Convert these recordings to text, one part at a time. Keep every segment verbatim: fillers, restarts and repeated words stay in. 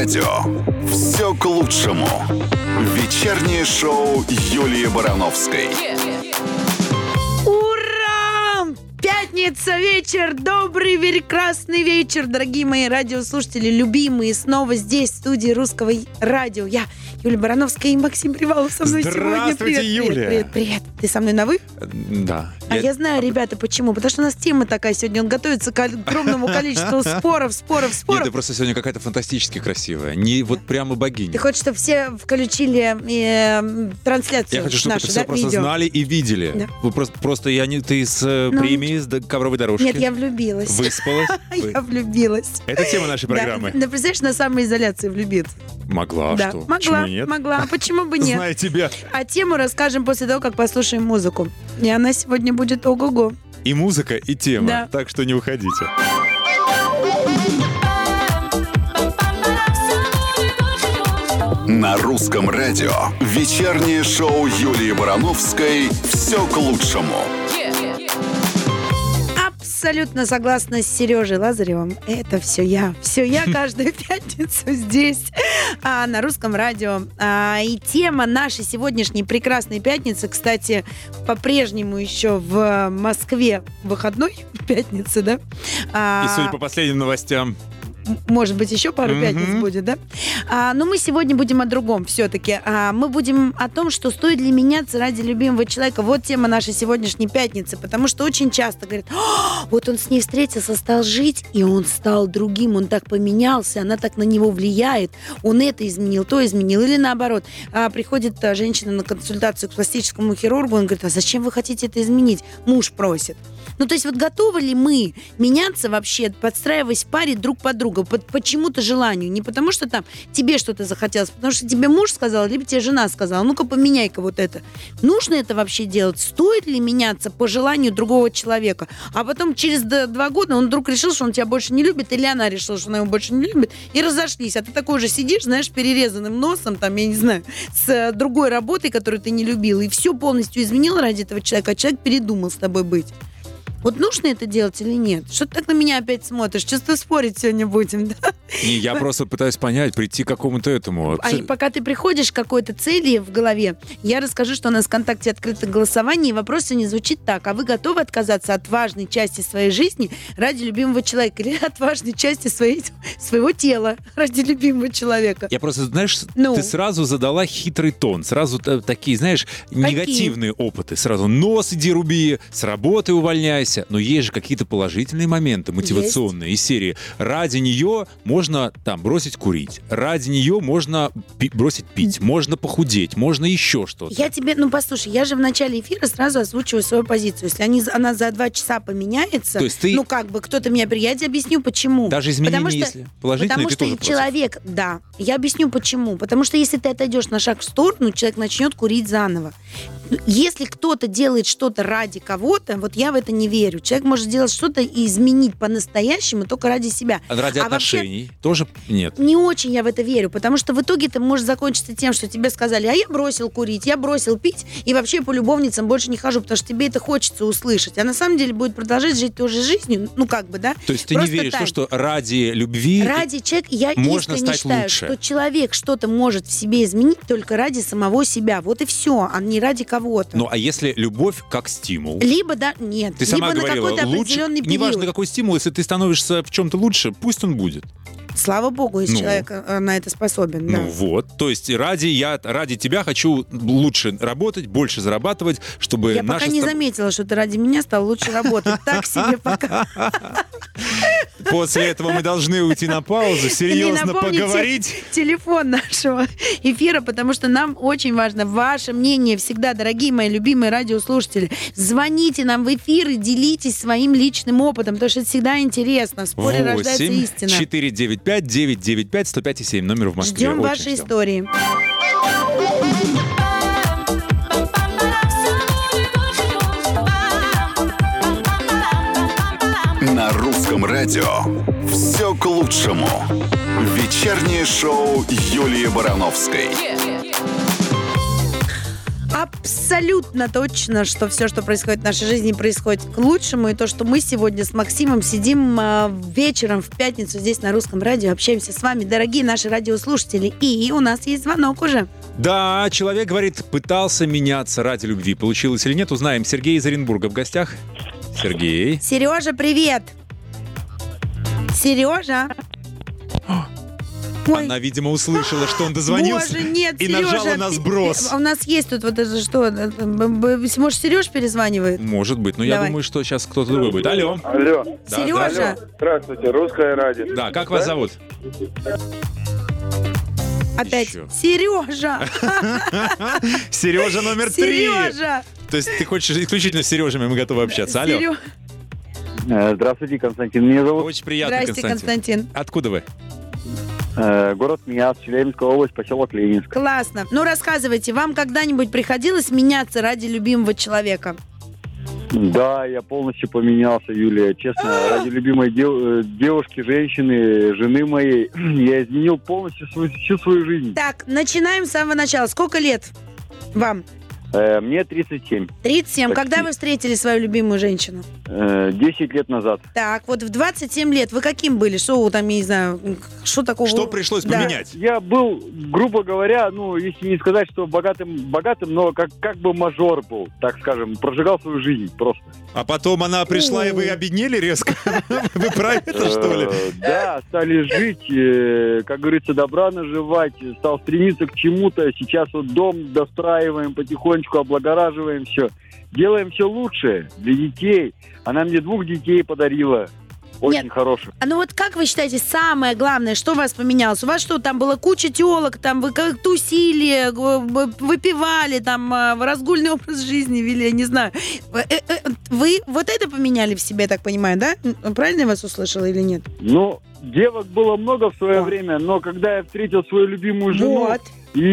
радио. Все к лучшему. Вечернее шоу Юлии Барановской. Ура! Пятница, вечер, добрый, прекрасный вечер, дорогие мои радиослушатели, любимые, снова здесь, в студии Русского радио. Я, Юлия Барановская, и Максим Привалов со мной сегодня. Здравствуйте, привет, Юля. Привет, привет, привет. Ты со мной на «вы»? Да. А я... я знаю, ребята, почему. Потому что у нас тема такая сегодня. Он готовится к огромному количеству споров, споров, споров. Нет, ты просто сегодня какая-то фантастически красивая. Не вот прямо богиня. Ты хочешь, чтобы все включили э, трансляцию Я хочу, чтобы нашу, это все да, просто видео? знали и видели. Да. Вы просто, просто я не... Ты с э, ну, премии, с ковровой дорожки. Нет, я влюбилась. Выспалась? Я влюбилась. Это тема нашей программы. Да, представляешь, на самоизоляции влюбиться. Могла, да, что? Могла, почему нет? могла. А почему бы нет? Знаю тебя. А тему расскажем после того, как послушаем музыку. И она сегодня будет ого-го. И музыка, и тема. Да. Так что не уходите. На Русском радио вечернее шоу Юлии Барановской «Все к лучшему». Абсолютно согласна с Сережей Лазаревым. Это все я. Все я каждую пятницу здесь, а, на Русском радио. А, и тема нашей сегодняшней прекрасной пятницы, кстати, по-прежнему еще в Москве выходной пятницы, да? А, и судя по последним новостям, может быть, еще пару mm-hmm. пятниц будет, да? А, но мы сегодня будем о другом все-таки. А, мы будем о том, что стоит ли меняться ради любимого человека. Вот тема нашей сегодняшней пятницы. Потому что очень часто говорят, вот он с ней встретился, стал жить, и он стал другим, он так поменялся, она так на него влияет, он это изменил, то изменил. Или наоборот, а, приходит а, женщина на консультацию к пластическому хирургу, он говорит, а зачем вы хотите это изменить? Муж просит. Ну, то есть вот готовы ли мы меняться вообще, подстраиваясь в паре друг под друга, по, по чему-то желанию? Не потому что там тебе что-то захотелось, потому что тебе муж сказал, либо тебе жена сказала, ну-ка поменяй-ка вот это. Нужно это вообще делать? Стоит ли меняться по желанию другого человека? А потом через два года он вдруг решил, что он тебя больше не любит, или она решила, что она его больше не любит, и разошлись. А ты такой же сидишь, знаешь, перерезанным носом, там, я не знаю, с другой работой, которую ты не любил, и все полностью изменил ради этого человека, а человек передумал с тобой быть. Вот нужно это делать или нет? Что ты так на меня опять смотришь? Чувство спорить сегодня будем, да? Не, я просто пытаюсь понять, прийти к какому-то этому. А и пока ты приходишь к какой-то цели в голове, я расскажу, что у нас в ВКонтакте открыто голосование, и вопрос сегодня звучит так. А вы готовы отказаться от важной части своей жизни ради любимого человека? Или от важной части своей, своего тела ради любимого человека? Я просто, знаешь, ну? ты сразу задала хитрый тон. Сразу такие, знаешь, негативные Какие? опыты. Сразу нос иди руби, с работы увольняйся. Но есть же какие-то положительные моменты, мотивационные, есть. Из серии. Ради нее можно там бросить курить, ради нее можно пи- бросить пить, можно похудеть, можно еще что-то. Я тебе, ну послушай, я же в начале эфира сразу озвучиваю свою позицию. Если они, она за два часа поменяется, то есть ты... ну как бы кто-то меня... Я тебе объясню, почему. Даже изменения, потому что, если положительные, потому ты что тоже человек, против. Да, я объясню почему. Потому что если ты отойдешь на шаг в сторону, человек начнет курить заново. Если кто-то делает что-то ради кого-то, вот я в это не верю. Человек может сделать что-то и изменить по-настоящему только ради себя. А ради а отношений вообще, тоже нет? Не очень я в это верю, потому что в итоге это может закончиться тем, что тебе сказали, а я бросил курить, я бросил пить, и вообще по любовницам больше не хожу, потому что тебе это хочется услышать. А на самом деле будет продолжать жить той же жизнью, ну как бы, да? То есть ты Просто не веришь в так. то, что ради любви ради человека, я можно искренне стать считаю, лучше. Что человек что-то может в себе изменить только ради самого себя. Вот и все, а не ради кого-то. Ну а если любовь как стимул? Либо, да, нет. Ты сама либо говорила, на какой-то лучше, определенный период. неважно какой стимул, если ты становишься в чем-то лучше, пусть он будет. Слава богу, если ну, человек на это способен. Ну да. вот, то есть ради я ради тебя хочу лучше работать, больше зарабатывать, чтобы я наша пока не ст... заметила, что ты ради меня стал лучше работать. Так себе пока. После этого мы должны уйти на паузу, серьезно поговорить. Телефон нашего эфира, потому что нам очень важно ваше мнение всегда, дорогие мои любимые радиослушатели. Звоните нам в эфир и делитесь своим личным опытом, потому что это всегда интересно. В споре рождается истина. восемь четыре девять пять девять девять пять сто пять и семь, номер в Москве. Ждем Очень ваши ждем. истории. На Русском радио «Все к лучшему». Вечернее шоу Юлии Барановской. Абсолютно абсолютно точно, что все, что происходит в нашей жизни, происходит к лучшему. И то, что мы сегодня с Максимом сидим э, вечером в пятницу здесь на Русском радио, общаемся с вами, дорогие наши радиослушатели. И у нас есть звонок уже. Да, человек говорит, пытался меняться ради любви. Получилось или нет, узнаем. Сергей из Оренбурга в гостях. Сергей. Сережа, привет. Сережа. Ой. Она, видимо, услышала, что он дозвонился. Боже, нет, и Сережа, нажала на сброс. У нас есть тут вот это что? Может, Сереж перезванивает? Может быть, но Давай. я думаю, что сейчас кто-то другой будет. Алло. Алло. Да, Сережа. Алло. Здравствуйте, Русское радио. Да, как вас да? зовут? Опять. Еще. Сережа. Сережа номер три. Сережа. То есть ты хочешь исключительно с Сережами, мы готовы общаться. Алло. Здравствуйте, Константин. Меня зовут. Очень приятно, Здрасте, Константин. Константин. Откуда вы? Город Миас, Челябинская область, поселок Ленинск. Классно. Ну, рассказывайте, вам когда-нибудь приходилось меняться ради любимого человека? Да, я полностью поменялся, Юлия. Честно, ради любимой дев- девушки, женщины, жены моей, я изменил полностью свою, всю свою жизнь. Так, начинаем с самого начала. Сколько лет вам? Э, мне тридцать семь. тридцать семь. Почти. Когда вы встретили свою любимую женщину? Э, десять лет назад. Так, вот в двадцать семь лет вы каким были? Что вы там, я не знаю, что такого? Что пришлось Да. поменять? Я был, грубо говоря, ну, если не сказать, что богатым, богатым, но как, как бы мажор был, так скажем, прожигал свою жизнь просто. А потом она пришла, и вы обеднели резко? Вы про это, что ли? Э, Да, стали жить, э, как говорится, добра наживать, стал стремиться к чему-то. Сейчас вот дом достраиваем потихонечку, облагораживаем все. Делаем все лучше для детей. Она мне двух детей подарила. Очень Нет. хороших. А ну вот как вы считаете, самое главное, что у вас поменялось? У вас что, там была куча телок, там вы как тусили, г- выпивали, там э, разгульный образ жизни вели, я не знаю. Э, э, э, Вы вот это поменяли в себе, я так понимаю, да? М, Правильно я вас услышала или нет? Ну, девок было много в свое О. время, но когда я встретил свою любимую жену, Вот.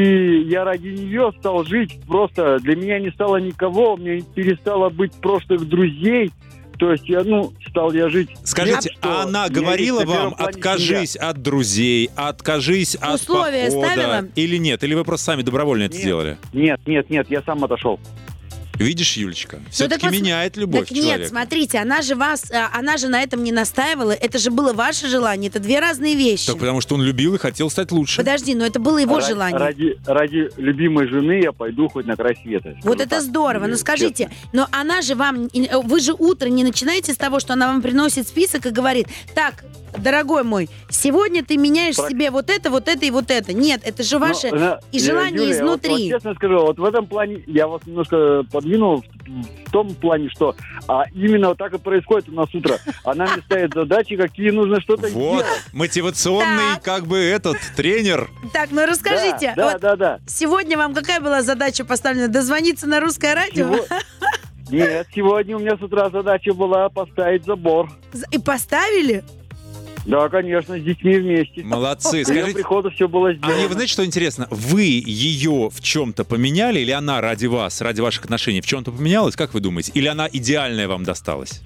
и я ради нее стал жить, просто для меня не стало никого, мне перестало быть прошлых друзей. То есть я, ну, стал я жить. Скажите, тем, что а она у меня говорила есть на первом вам, плане откажись от друзей, откажись от Условия похода, ставила? или нет? Или вы просто сами добровольно это Нет. сделали? семья? Нет, нет, нет, я сам отошел. Видишь, Юлечка, все-таки так вот меняет любовь Так нет, человека. смотрите, она же вас, а, она же на этом не настаивала, это же было ваше желание, это две разные вещи. Так потому что он любил и хотел стать лучше. Подожди, но это было его Ради- желание. Ради, ради любимой жены я пойду хоть на край света. Вот Скажу это так, здорово. Юлия, Ну скажите, честно. но она же вам, вы же утро не начинаете с того, что она вам приносит список и говорит, так, дорогой мой, сегодня ты меняешь Прак- себе вот это, вот это и вот это. Нет, это же Но, ваше она- и э, желание Юлия, вот- изнутри. Вот, честно скажу, вот в этом плане я вас немножко подвинул в, в том плане, что а именно вот так и происходит у нас утро. Она мне ставит задачи, какие нужно что-то Вот, сделать. мотивационный, Так. как бы этот, тренер. Так, ну расскажите, Да, вот да, да, да. сегодня вам какая была задача поставлена? Дозвониться на русское радио? Сего- Нет, сегодня у меня с утра задача была поставить забор. И поставили? Да, конечно, с детьми вместе. Молодцы. К ее Скажите, приходу все было а сделано. мне, вы знаете, что интересно? Вы ее в чем-то поменяли, или она ради вас, ради ваших отношений в чем-то поменялась? Как вы думаете? Или она идеальная вам досталась?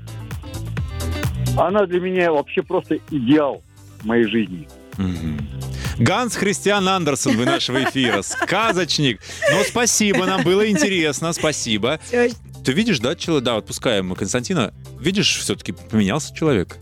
Она для меня вообще просто идеал в моей жизни. Мгм. Ганс Христиан Андерсон, вы нашего эфира, сказочник. Ну, спасибо, нам было интересно, спасибо. Ты видишь, да, человек, да, отпускаем Константина, видишь, все-таки поменялся человек.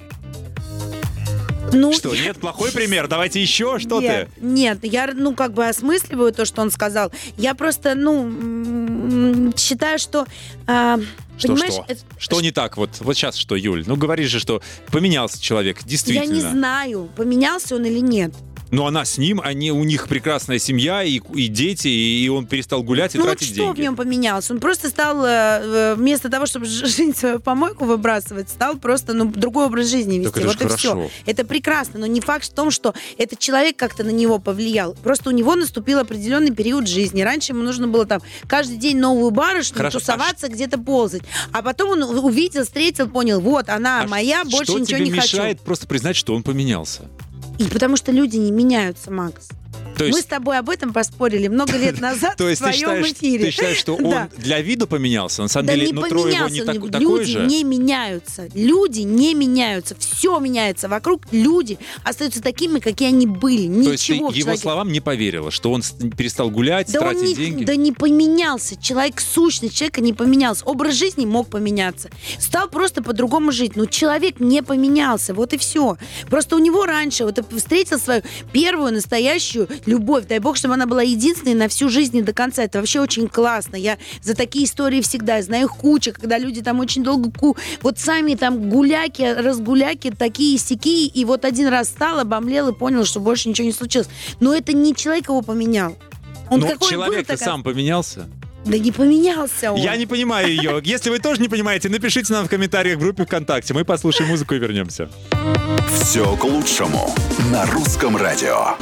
Ну, Что, нет, плохой пример? Давайте еще, что нет, ты? Нет, я, ну, как бы осмысливаю то, что он сказал. Я просто, ну, м, считаю, что... а, Что, понимаешь, что? это- Что не так? Вот, вот сейчас что, Юль? Ну, говоришь же, что поменялся человек, Я действительно. не знаю, поменялся он или нет. Но она с ним, они, у них прекрасная семья и, и дети, и он перестал гулять и Ну вот тратить что деньги. в нем поменялось? Он просто стал, э, вместо того, чтобы ж- жизнь свою помойку выбрасывать, стал просто, ну, другой образ жизни вести. Так это Вот ж и хорошо. все. Это прекрасно, но не факт в том, что этот человек как-то на него повлиял. Просто у него наступил определенный период жизни. Раньше ему нужно было там каждый день новую барышню, Хорошо, тусоваться, где-то ползать. А потом он увидел, встретил, понял, вот, она А моя, ш- больше что ничего тебе не хочу. мешает просто признать, что он поменялся? И потому что люди не меняются, Макс. То есть... Мы с тобой об этом поспорили много лет назад То в есть ты своем считаешь, эфире. ты считаешь, что он для вида поменялся? На самом Да деле, не нутро его не поменялся, так- люди такое же? не меняются. Люди не меняются. Все меняется вокруг. Люди остаются такими, какие они были. Ничего То есть ты в его человеке. словам не поверила, что он с- перестал гулять, Да он тратить не, деньги? да не поменялся. Человек, сущность человека не поменялся. Образ жизни мог поменяться. Стал просто по-другому жить. Но человек не поменялся. Вот и все. Просто у него раньше вот встретил свою первую настоящую любовь. Дай бог, чтобы она была единственной на всю жизнь и до конца. Это вообще очень классно. Я за такие истории всегда знаю их куча, когда люди там очень долго ку... вот сами там гуляки, разгуляки, такие сяки, и вот один раз стал, обомлел и понял, что больше ничего не случилось. Но это не человек его поменял. Он Но какой был, человек-то такой- сам поменялся. Да не поменялся он. Я не понимаю ее. Если вы тоже не понимаете, напишите нам в комментариях в группе ВКонтакте. Мы послушаем музыку и вернемся. Все к лучшему на русском радио.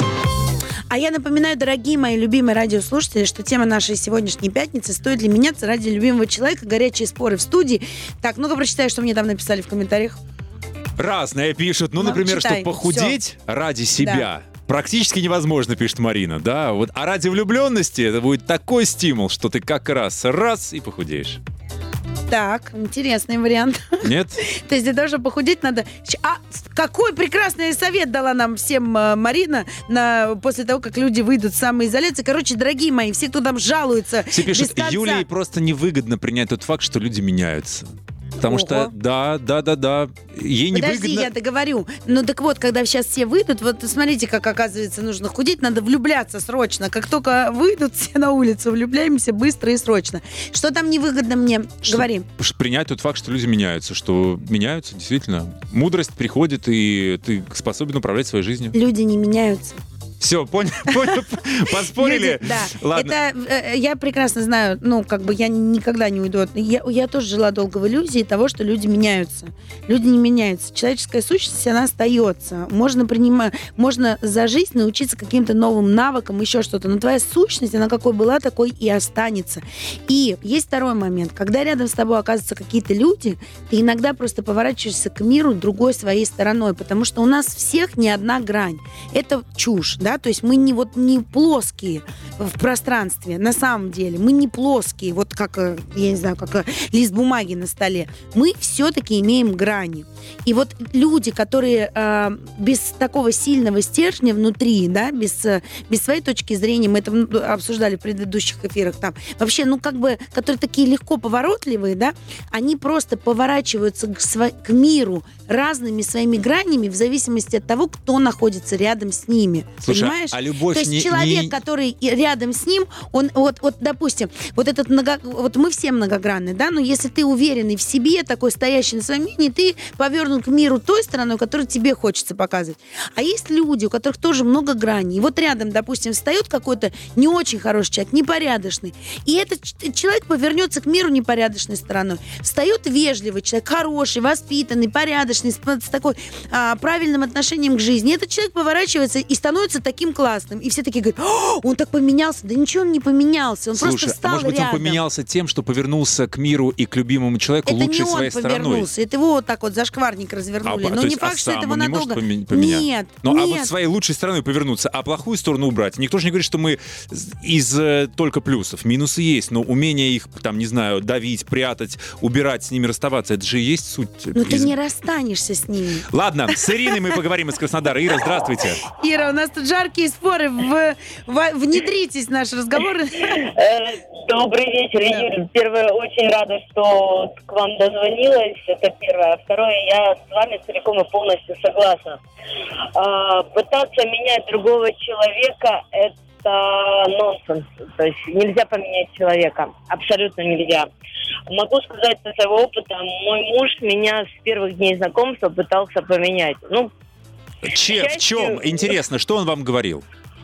А я напоминаю, дорогие мои любимые радиослушатели, что тема нашей сегодняшней пятницы «Стоит ли меняться ради любимого человека?» Горячие споры в студии. Так, ну-ка прочитай, что мне там написали в комментариях. Разное пишут. Ну, Ну, например, читай. что похудеть ради себя практически невозможно, пишет Марина. Да, вот. А ради влюбленности это будет такой стимул, что ты как раз раз и похудеешь. Так, интересный вариант. Нет? То есть для того, чтобы похудеть, надо... А какой прекрасный совет дала нам всем э, Марина на... после того, как люди выйдут в самоизоляцию. Короче, дорогие мои, все, кто там жалуются... Все пишут, без конца- Юлии просто невыгодно принять тот факт, что люди меняются. Потому Ого. что, да, да, да, да, ей Подожди, невыгодно... я договорю. Ну так вот, когда сейчас все выйдут, вот смотрите, как оказывается нужно худеть, надо влюбляться срочно. Как только выйдут все на улицу, влюбляемся быстро и срочно. Что там невыгодно мне? Что- Говори. ш- Принять тот факт, что люди меняются, что меняются, действительно. Мудрость приходит, и ты способен управлять своей жизнью. Люди не меняются. Все, понял, понял, поспорили. Люди, да. Ладно. Это э, я прекрасно знаю, ну, как бы я никогда не уйду от... Я, я тоже жила долго в иллюзии того, что люди меняются. Люди не меняются. Человеческая сущность, она остается. Можно принимать, можно за жизнь научиться каким-то новым навыкам, еще что-то. Но твоя сущность, она какой была, такой и останется. И есть второй момент. Когда рядом с тобой оказываются какие-то люди, ты иногда просто поворачиваешься к миру другой своей стороной, потому что у нас всех не одна грань. Это чушь, да? То есть мы не, вот, не плоские в пространстве, на самом деле. Мы не плоские, вот как, э, я не знаю, как э, лист бумаги на столе. Мы все-таки имеем грани. И вот люди, которые э, без такого сильного стержня внутри, да, без, э, без своей точки зрения, мы это ну, обсуждали в предыдущих эфирах, там, вообще, ну, как бы, которые такие легко поворотливые, да, они просто поворачиваются к, сво- к миру разными своими гранями в зависимости от того, кто находится рядом с ними. Слушай, Понимаешь? а любовь То есть не- человек, не- который и рядом с ним, он, вот, вот, допустим, вот этот много, вот мы все многогранны, да, но если ты уверенный в себе, такой стоящий на своем мнении, ты повернут к миру той стороной, которую тебе хочется показывать. А есть люди, у которых тоже много граней. И вот рядом, допустим, встает какой-то не очень хороший человек, непорядочный, и этот ч- человек повернется к миру непорядочной стороной. Встает вежливый человек, хороший, воспитанный, порядочный, с, с такой а, правильным отношением к жизни. И этот человек поворачивается и становится таким классным. И все такие говорят, «О, он так поменялся». Да ничего он не поменялся, он Слушай, просто а встал может быть, рядом. он поменялся тем, что повернулся к миру и к любимому человеку Это не лучшей он своей стороной? повернулся, это его вот так вот зашкварник А, развернули. то Но не есть, факт, а что сам этого он не может надолго. поме- поменять? Нет, Ну, а нет. вот своей лучшей стороной повернуться, а плохую сторону убрать. Никто же не говорит, что мы из э, только плюсов. Минусы есть, но умение их, там, не знаю, давить, прятать, убирать, с ними расставаться, это же и есть суть. Но ты из- не расстанешься с ними. Ладно, с Ириной мы поговорим из Краснодара. Ира, здравствуйте. Ира, у нас тут жаркие споры. В, в- внедритесь в наш разговор. Э, Добрый вечер, Юля. Первое, очень рада, что к вам дозвонилась. Это первое. Второе, я с вами целиком и полностью согласна. А, пытаться менять другого человека – это нонсенс. То есть нельзя поменять человека. Абсолютно нельзя. Могу сказать со своего опыта, мой муж меня с первых дней знакомства пытался поменять. Ну, Че, в чем? Интересно, что он вам говорил?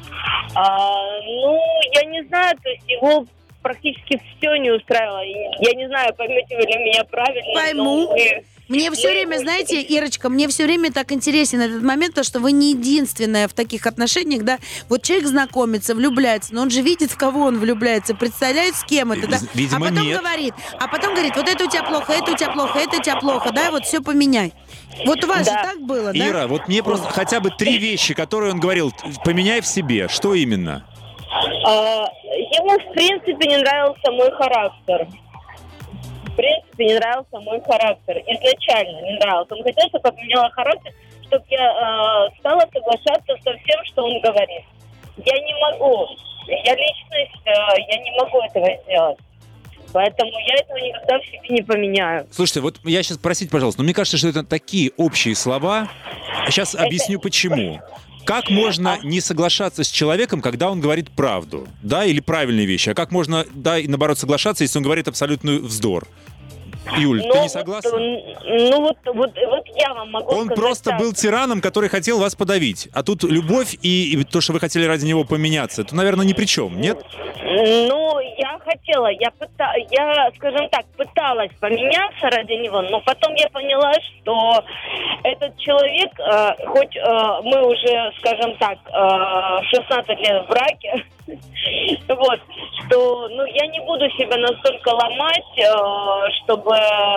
А, ну, я не знаю, то есть его практически все не устраивало. Я не знаю, поймете вы ли меня правильно. Пойму. но мы- Мне все время, знаете, Ирочка, мне все время так интересен этот момент, то, что вы не единственная в таких отношениях, да. Вот человек знакомится, влюбляется, но он же видит, в кого он влюбляется, представляет, с кем это, да. Видимо, а потом нет. говорит, а потом говорит, вот это у тебя плохо, это у тебя плохо, это у тебя плохо, да, вот все поменяй. Вот у вас Да. же так было, да? Ира, вот мне просто хотя бы три вещи, которые он говорил, поменяй в себе. Что именно? А, ему, в принципе, не нравился мой характер. В принципе, не нравился мой характер. Изначально не нравился. Он хотел, чтобы я поменяла характер, чтобы я э, стала соглашаться со всем, что он говорит. Я не могу. Я личность, э, я не могу этого сделать. Поэтому я этого никогда в себе не поменяю. Слушайте, вот я сейчас, простите, пожалуйста, но мне кажется, что это такие общие слова. Сейчас объясню, почему. Как можно не соглашаться с человеком, когда он говорит правду, да, или правильные вещи? А как можно, да, и наоборот, соглашаться, если он говорит абсолютный вздор? Юль, Ну, ты не вот, согласна? ну вот, вот, вот я вам могу Он сказать просто так. был тираном, который хотел вас подавить. А тут любовь и, и то, что вы хотели ради него поменяться, это, наверное, ни при чем, нет? Ну, я хотела, я, пыта... я, скажем так, пыталась поменяться ради него, но потом я поняла, что этот человек, э, хоть э, мы уже, скажем так, э, шестнадцать лет в браке, вот, что, ну, я не буду себя настолько ломать, э, чтобы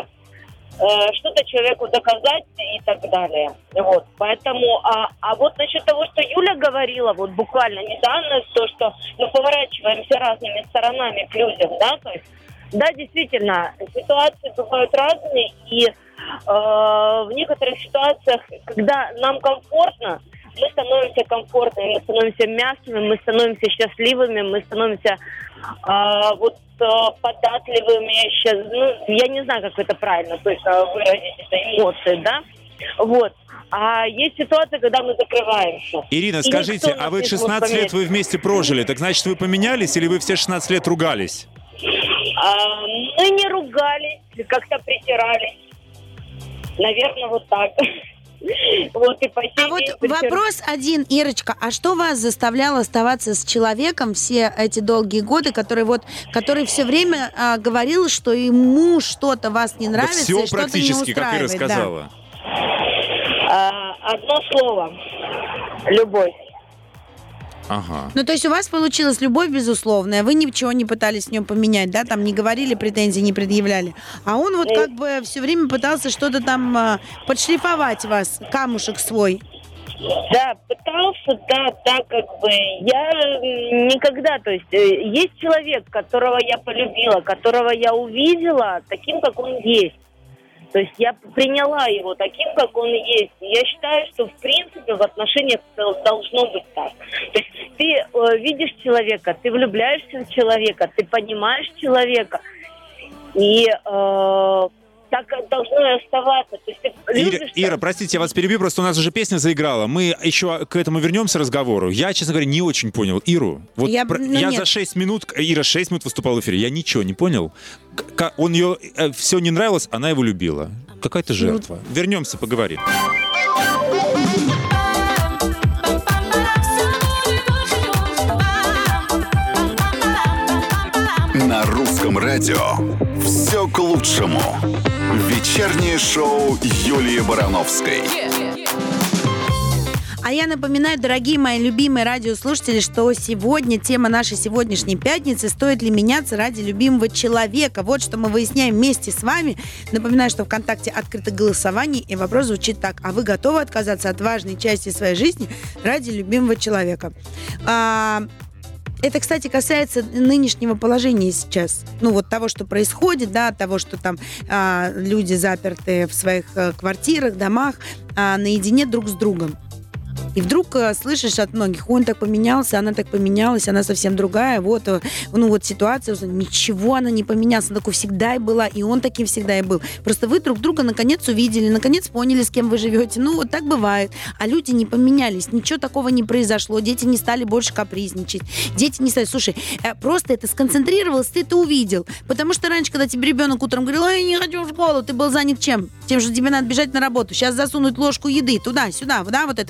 э, что-то человеку доказать и так далее. Вот, поэтому, а, а вот насчет того, что Юля говорила, вот буквально недавно, то, что мы поворачиваемся разными сторонами к людям, да, то есть, да, действительно, ситуации бывают разные, и э, в некоторых ситуациях, когда нам комфортно, мы становимся комфортными, мы становимся мягкими, мы становимся счастливыми, мы становимся э, вот э, податливыми. Сейчас, ну, я не знаю, как это правильно, то есть э, выразить это эмоции, да? Вот. А есть ситуация, когда мы закрываемся. Ирина, И скажите, никто а нас вы не сможет шестнадцать лет поменять. вы вместе прожили, так значит, вы поменялись или вы все шестнадцать лет ругались? А, мы не ругались, как-то притирались. Наверное, вот так. Вот и по сей А вот день притир- вопрос один, Ирочка, а что вас заставляло оставаться с человеком все эти долгие годы, который вот, который все время а, говорил, что ему что-то вас не Да нравится, все и что-то не практически, как Ира устраивает, да. сказала. А, одно слово. Любовь. Ага. Ну, то есть у вас получилась любовь безусловная, вы ничего не пытались в нем поменять, да, там не говорили, претензий не предъявляли. А он вот как бы все время пытался что-то там а, подшлифовать вас, камушек свой. Да, пытался, да, так как бы я никогда, то есть э, есть человек, которого я полюбила, которого я увидела таким, как он есть. То есть я приняла его таким, как он есть. И я считаю, что в принципе в отношениях должно быть так. То есть ты э, видишь человека, ты влюбляешься в человека, ты понимаешь человека, и э, так должно и оставаться. То есть ты Ира, любишь, Ира, простите, я вас перебью, просто у нас уже песня заиграла. Мы еще к этому вернемся разговору. Я, честно говоря, не очень понял Иру. Вот Я- про- ну, я нет. за шесть минут, Ира шесть минут выступала в эфире, я ничего не понял. К- к- Он ее, э, все не нравилось, она его любила. Какая-то жертва. Вернемся, поговорим. На русском радио все к лучшему. Вечернее шоу Юлии Барановской. А я напоминаю, дорогие мои любимые радиослушатели, что сегодня тема нашей сегодняшней пятницы «Стоит ли меняться ради любимого человека?». Вот что мы выясняем вместе с вами. Напоминаю, что ВКонтакте открыто голосование, и вопрос звучит так. А вы готовы отказаться от важной части своей жизни ради любимого человека? А, это, кстати, касается нынешнего положения сейчас. Ну, вот того, что происходит, да, того, что там а, люди заперты в своих а, квартирах, домах, а, наедине друг с другом. И вдруг э, слышишь от многих, он так поменялся, она так поменялась, она совсем другая, вот, э, ну вот ситуация, ничего она не поменялась, она такой всегда и была, и он таким всегда и был. Просто вы друг друга наконец увидели, наконец поняли, с кем вы живете, ну вот так бывает. А люди не поменялись, ничего такого не произошло, дети не стали больше капризничать, дети не стали, слушай, э, просто это сконцентрировалось, ты это увидел, потому что раньше, когда тебе ребенок утром говорил, ой, не хочу в школу, ты был занят чем? Тем, что тебе надо бежать на работу, сейчас засунуть ложку еды туда-сюда, да, вот это вот. И у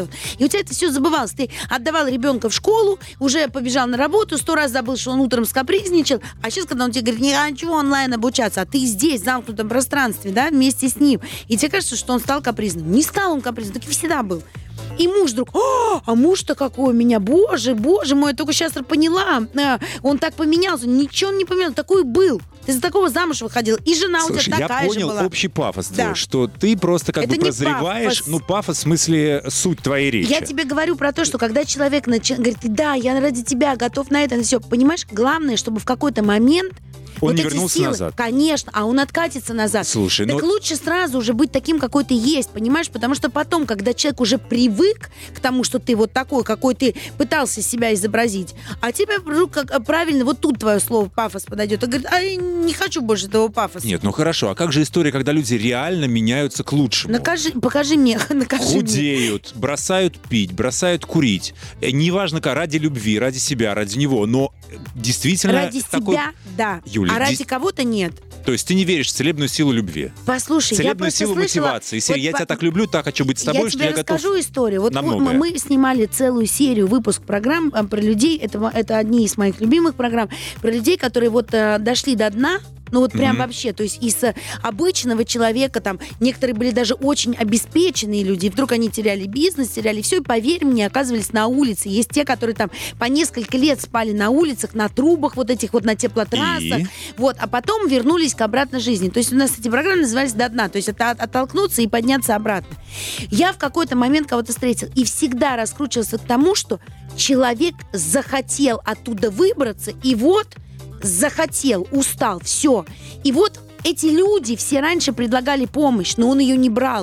у тебя это все забывалось. Ты отдавал ребенка в школу, уже побежал на работу, сто раз забыл, что он утром скапризничал, а сейчас, когда он тебе говорит, не хочу онлайн обучаться, а ты здесь, в замкнутом пространстве, да, вместе с ним, и тебе кажется, что он стал капризным. Не стал он капризным, так и всегда был. И муж вдруг, а, а муж-то какой у меня, боже, боже мой, я только сейчас поняла, а, он так поменялся, ничего он не поменял, такой был. Ты за такого замуж выходил, и жена Слушай, у тебя такая я же понял была. общий пафос Да. твой, что ты просто как Это бы не прозреваешь, пафос. ну, пафос в смысле суть твоей речи. Я тебе говорю про то, что когда человек начи- говорит, да, я ради тебя готов на это, на все, понимаешь, главное, чтобы в какой-то момент Он вот не эти вернулся силы, назад. Конечно, а он откатится назад. Слушай, так ну- лучше сразу уже быть таким, какой ты есть, понимаешь? Потому что потом, когда человек уже привык к тому, что ты вот такой, какой ты пытался себя изобразить, а тебе вдруг как, правильно, вот тут твое слово пафос подойдет, и говорит, а я не хочу больше этого пафоса. Нет, ну хорошо, а как же история, когда люди реально меняются к лучшему? Накажи, покажи мне, накажи мне. Худеют, бросают пить, бросают курить. Э, Неважно, как, ради любви, ради себя, ради него, но э, действительно... Ради такой... себя, да. Юля, а ради дес- кого-то нет. То есть ты не веришь в целебную силу любви? Послушай, я Целебную просто силу слышала... мотивации. Серия, вот я по- тебя так люблю, так хочу быть с тобой, я что тебе я готов... расскажу историю. Вот на мы, многое. мы снимали целую серию, выпуск программ а, про людей. Это, это одни из моих любимых программ. Про людей, которые вот а, дошли до дна. Ну вот прям Мгм. вообще, то есть из а, обычного человека, там, некоторые были даже очень обеспеченные люди, и вдруг они теряли бизнес, теряли все, и, поверь мне, оказывались на улице. Есть те, которые там по несколько лет спали на улицах, на трубах вот этих вот, на теплотрассах, И? вот, а потом вернулись к обратной жизни. То есть у нас эти программы назывались «До дна», то есть это от- оттолкнуться и подняться обратно. Я в какой-то момент кого-то встретила и всегда раскручивался к тому, что человек захотел оттуда выбраться, и вот захотел, устал, все. И вот эти люди все раньше предлагали помощь, но он ее не брал.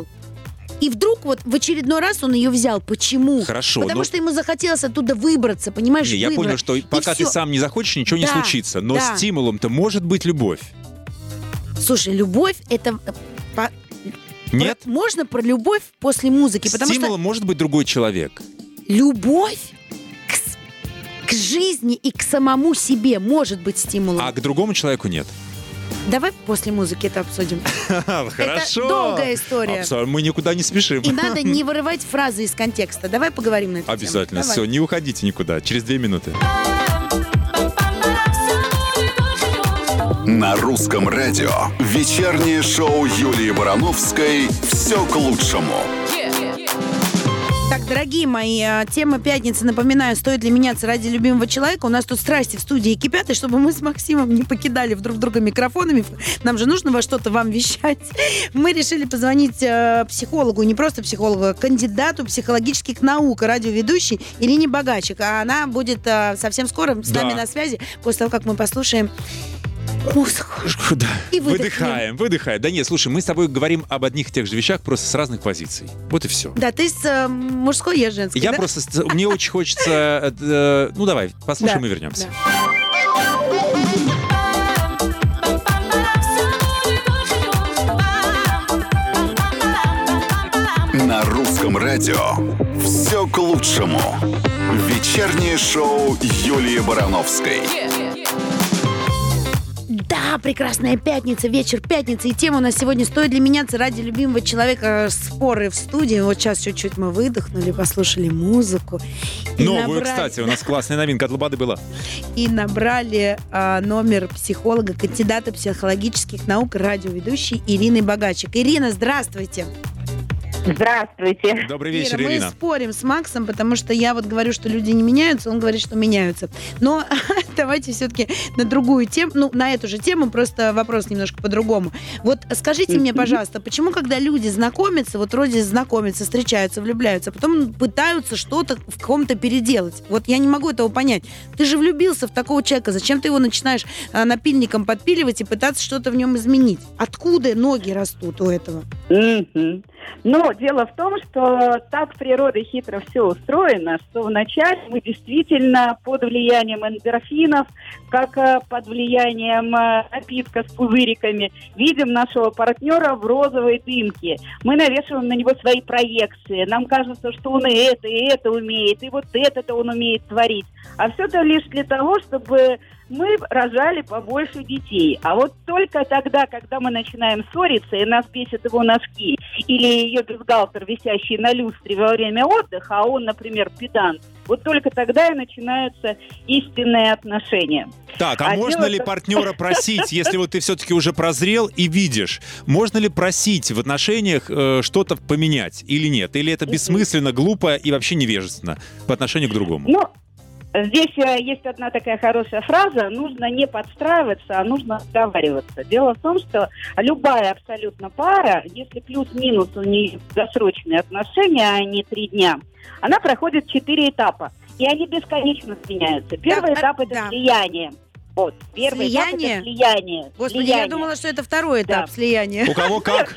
И вдруг вот в очередной раз он ее взял. Почему? Хорошо, Потому но- что ему захотелось оттуда выбраться, понимаешь? Не, я выбрать. понял, что И пока ты всё. сам не захочешь, ничего не Да, случится. Но да. стимулом-то может быть любовь. Слушай, любовь это... э, по- Нет? Про- можно про любовь после музыки, потому Стимулом может быть другой человек. что любовь к, с- к жизни и к самому себе может быть стимулом. А к другому человеку нет. Давай после музыки это обсудим. Хорошо. долгая история. Абсолютно. Мы никуда не спешим. И надо не вырывать фразы из контекста. Давай поговорим на эту тему. Обязательно. Давай. Все, не уходите никуда. Через две минуты. На русском радио вечернее шоу Юлии Барановской «Все к лучшему». Так, дорогие мои, а, тема пятницы, напоминаю, стоит ли меняться ради любимого человека. У нас тут страсти в студии кипят, и чтобы мы с Максимом не покидали друг друга микрофонами, нам же нужно во что-то вам вещать. Мы решили позвонить э, психологу, не просто психологу, а кандидату психологических наук, радиоведущей Ирине Богачик. А она будет э, совсем скоро с Да. нами на связи, после того, как мы послушаем музыку. Да. И выдохнем. Выдыхаем, выдыхаем. Да нет, слушай, мы с тобой говорим об одних и тех же вещах, просто с разных позиций. Вот и все. Да, ты с э, мужской, я с женской, Я да? просто... с- Мне очень хочется... э, Ну, давай, послушаем Да, и вернемся. да. На русском радио «Все к лучшему». Вечернее шоу Юлии Барановской. Да, прекрасная пятница, вечер пятницы. И тема у нас сегодня «Стоит ли меняться ради любимого человека?» Споры в студии. Вот сейчас чуть-чуть мы выдохнули, послушали музыку. И Новую, набрали- кстати, у нас классная новинка от Лободы была. И набрали а, номер психолога, кандидата психологических наук, радиоведущей Ирины Богачик. Ирина, здравствуйте. Здравствуйте. Добрый вечер, Ира, Ирина. мы спорим с Максом, потому что я вот говорю, что люди не меняются, он говорит, что меняются. Но давайте все-таки на другую тему, ну, на эту же тему, просто вопрос немножко по-другому. Вот скажите мне, пожалуйста, почему, когда люди знакомятся, вот вроде знакомятся, встречаются, влюбляются, а потом пытаются что-то в ком-то переделать? Вот я не могу этого понять. Ты же влюбился в такого человека, зачем ты его начинаешь а, напильником подпиливать и пытаться что-то в нем изменить? Откуда ноги растут у этого? Мгм. Но дело в том, что так природой хитро все устроено, что вначале мы действительно под влиянием эндорфинов, как э, под влиянием э, напитка с пузыриками, видим нашего партнера в розовой дымке. Мы навешиваем на него свои проекции. Нам кажется, что он и это, и это умеет, и вот это-то он умеет творить. А все это лишь для того, чтобы мы рожали побольше детей. А вот только тогда, когда мы начинаем ссориться, и нас бесит его носки, или ее бюстгальтер, висящий на люстре во время отдыха, а он, например, педант, вот только тогда и начинаются истинные отношения. Так, а, А можно дело ли в- партнера просить, если вот ты все-таки уже прозрел и видишь, можно ли просить в отношениях э, что-то поменять или нет? Или это бессмысленно, глупо и вообще невежественно по отношению к другому? Ну, здесь э, есть одна такая хорошая фраза: нужно не подстраиваться, а нужно договариваться. Дело в том, что любая абсолютно пара, если плюс-минус у нее досрочные отношения, а не три дня, она проходит четыре этапа. И они бесконечно сменяются. Первый Да, этап – это да. слияние. Вот, первый этап – Слияние? это слияние. Господи, Слияние. я думала, что это второй этап Да. слияния. У кого как?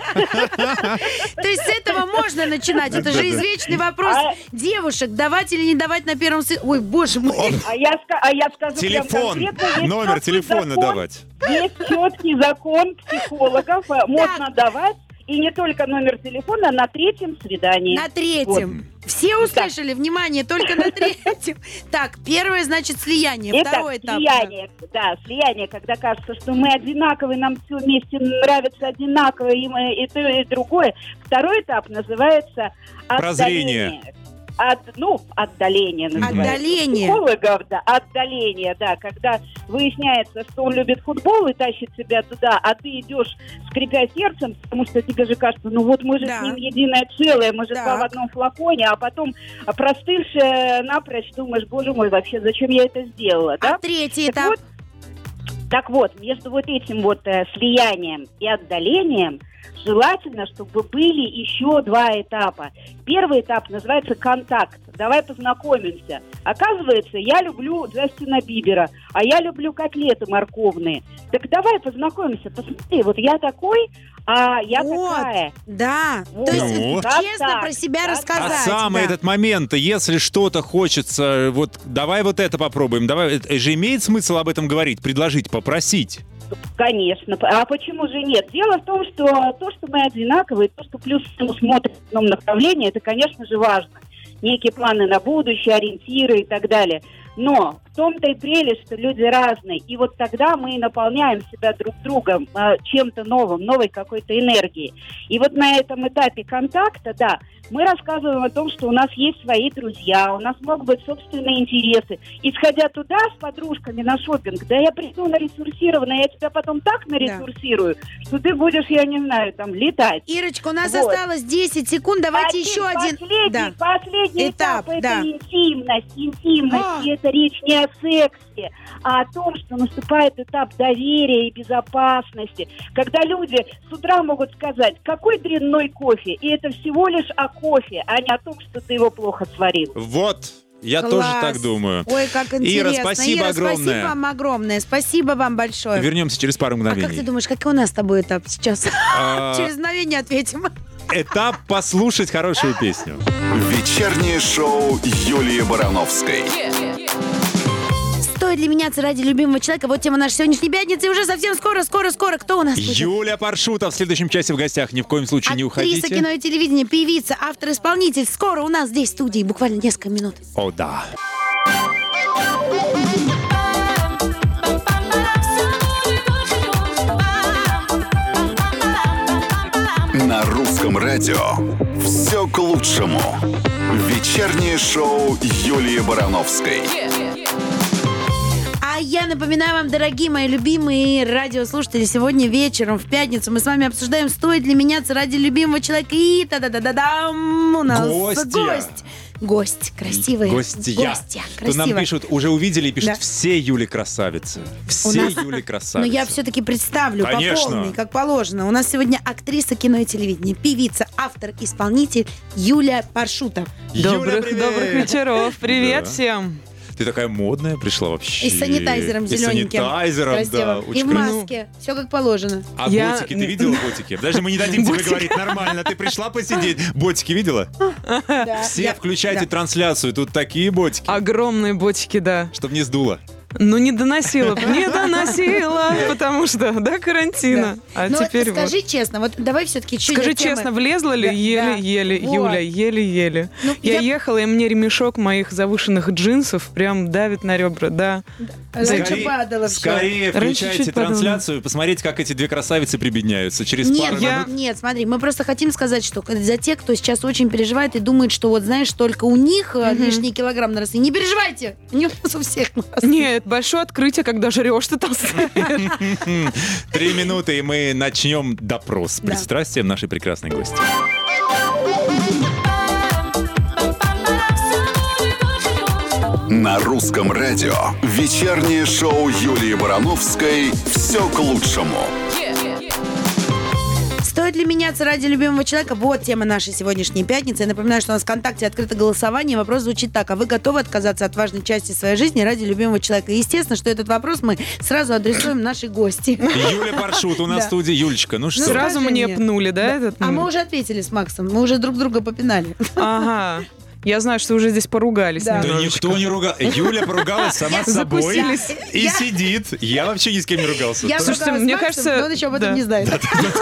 То есть с этого можно начинать. Это же Да-да. извечный вопрос А- девушек, давать или не давать на первом свидании. Ой, боже мой. А я, ска- а я скажу прям Телефон, конкретно, есть номер четкий телефона закон, давать. Есть четкий закон психологов. э, Можно давать, и не только номер телефона, на третьем свидании. На третьем. Все услышали, внимание, только на третьем. Так, первое, значит, слияние. Это Второй этап. слияние, да, слияние, когда кажется, что мы одинаковые, нам все вместе нравится одинаково, и, мы, и то, и другое. Второй этап называется Прозрение. отдаление. От, ну, отдаление называется. Отдаление. Психологов, да, отдаление, да, когда выясняется, что он любит футбол и тащит себя туда, а ты идешь, скрипя сердцем, потому что тебе же кажется, ну вот мы же Да. с ним единое целое, мы же Так. два в одном флаконе, а потом, простывшая напрочь, думаешь, боже мой, вообще, зачем я это сделала, да? А третий Так этап. вот, так вот, между вот этим вот э, слиянием и отдалением желательно, чтобы были еще два этапа. Первый этап называется контакт. Давай познакомимся. Оказывается, я люблю Джастина Бибера, а я люблю котлеты морковные. Так давай познакомимся. Посмотри, вот я такой, а я Вот. такая. Да. Вот. То есть Ну. честно Так, про себя так. А рассказать. самый да. этот момент, если что-то хочется, вот давай вот это попробуем, давай, это же имеет смысл об этом говорить, предложить, попросить? Конечно. А почему же нет? Дело в том, что то, что мы одинаковые, то, что плюс-минус смотрим в одном направлении, это, конечно же, важно. Некие планы на будущее, ориентиры и так далее. Но в том-то и прелесть, что люди разные. И вот тогда мы наполняем себя друг другом э, чем-то новым, новой какой-то энергией. И вот на этом этапе контакта, да, мы рассказываем о том, что у нас есть свои друзья, у нас могут быть собственные интересы. И сходя туда с подружками на шопинг, да я приду наресурсированно, я тебя потом так наресурсирую, что ты будешь, я не знаю, там, летать. Ирочка, у нас Вот. осталось десять секунд. Давайте Один, еще один. Последний, Да. последний Этап, этап, это да. интимность. Интимность, А. и это речь не о сексе, а о том, что наступает этап доверия и безопасности. Когда люди с утра могут сказать, какой дрянной кофе, и это всего лишь о кофе, а не о том, что ты его плохо сварил. Вот, я Класс. тоже так думаю. Ой, как интересно. Ира, спасибо Ира, огромное. спасибо вам огромное. Спасибо вам большое. Вернемся через пару А как ты мгновений. думаешь, какой у нас с тобой этап сейчас? А, Через мгновение ответим. Этап послушать хорошую песню. Вечернее шоу Юлии Барановской. Стоит ли меняться ради любимого человека? Вот тема нашей сегодняшней пятницы. И уже совсем скоро, скоро, скоро. Кто у нас будет? Юля Паршута в следующем часе в гостях. Ни в коем случае не Актриса уходите. кино и телевидения, певица, автор-исполнитель. Скоро у нас здесь в студии. Буквально несколько минут. О, да. На русском радио все к лучшему. Вечернее шоу Юлии Барановской. А я напоминаю вам, дорогие мои любимые радиослушатели, сегодня вечером, в пятницу, мы с вами обсуждаем, стоит ли меняться ради любимого человека. И та-да-да-да-дам! У нас Гостья. гость. Гость. Красивая. Гостья. Гостья. Тут нам Красивая. пишут, уже увидели и пишут, Да. все Юли красавицы. У Все нас- Юли Но красавицы. я все-таки представлю Конечно. по полной, как положено. У нас сегодня актриса кино и телевидения, певица, автор, исполнитель Юлия Паршута. Юля, Добрых, привет! добрых вечеров. Привет Да. всем. Ты такая модная пришла вообще. И с санитайзером И с зелененьким. санитайзером, да. Красиво. И очень в красиво. маске. Все как положено. А Я- ботики, ты видела ботики? Даже мы не дадим тебе говорить нормально. Ты пришла посидеть. Ботики видела? Да. Все Я- включайте да. трансляцию. Тут такие ботики, Огромные ботики, да. чтобы не сдуло. Ну, не доносила, не доносила, потому что до карантина. Да. А ну, теперь скажи вот. честно, вот давай все-таки чуть Скажи темы. честно, влезла ли? Да, Еле-еле, да. Вот. Юля, еле-еле. Ну, я, я- ехала, и мне ремешок моих завышенных джинсов прям давит на ребра, да. Раньше Скорее- падало все. Скорее Раньше включайте чуть падало. трансляцию и посмотрите, как эти две красавицы прибедняются. Через Нет, пару я- минут. нет, смотри, мы просто хотим сказать, что за тех, кто сейчас очень переживает и думает, что вот, знаешь, только у них э, Мгм. лишние килограмм наросли. Не переживайте, не у нас у всех наросли. Нет, большое открытие, когда жрешь, ты толстеешь. Три минуты, и мы начнем допрос с Да. пристрастием нашей прекрасной гости. На русском радио вечернее шоу Юлии Барановской «Все к лучшему». Стоит ли меняться ради любимого человека? Вот тема нашей сегодняшней пятницы. Я напоминаю, что у нас в ВКонтакте открыто голосование. Вопрос звучит так. А вы готовы отказаться от важной части своей жизни ради любимого человека? И естественно, что этот вопрос мы сразу адресуем нашей гости. Юля Паршут у нас в Да. студии. Юлечка, ну что? скажи Сразу мне мне. пнули, да, этот? А мы уже ответили с Максом. Мы уже друг друга попинали. Ага. Я знаю, что уже здесь поругались Да. Да немножечко. никто не ругал. Юля поругалась сама с собой Закусились. и Я- сидит. Я вообще ни с кем не ругался. Я Слушайте, ругалась с мне Максом, кажется, но он еще об этом да. не знает.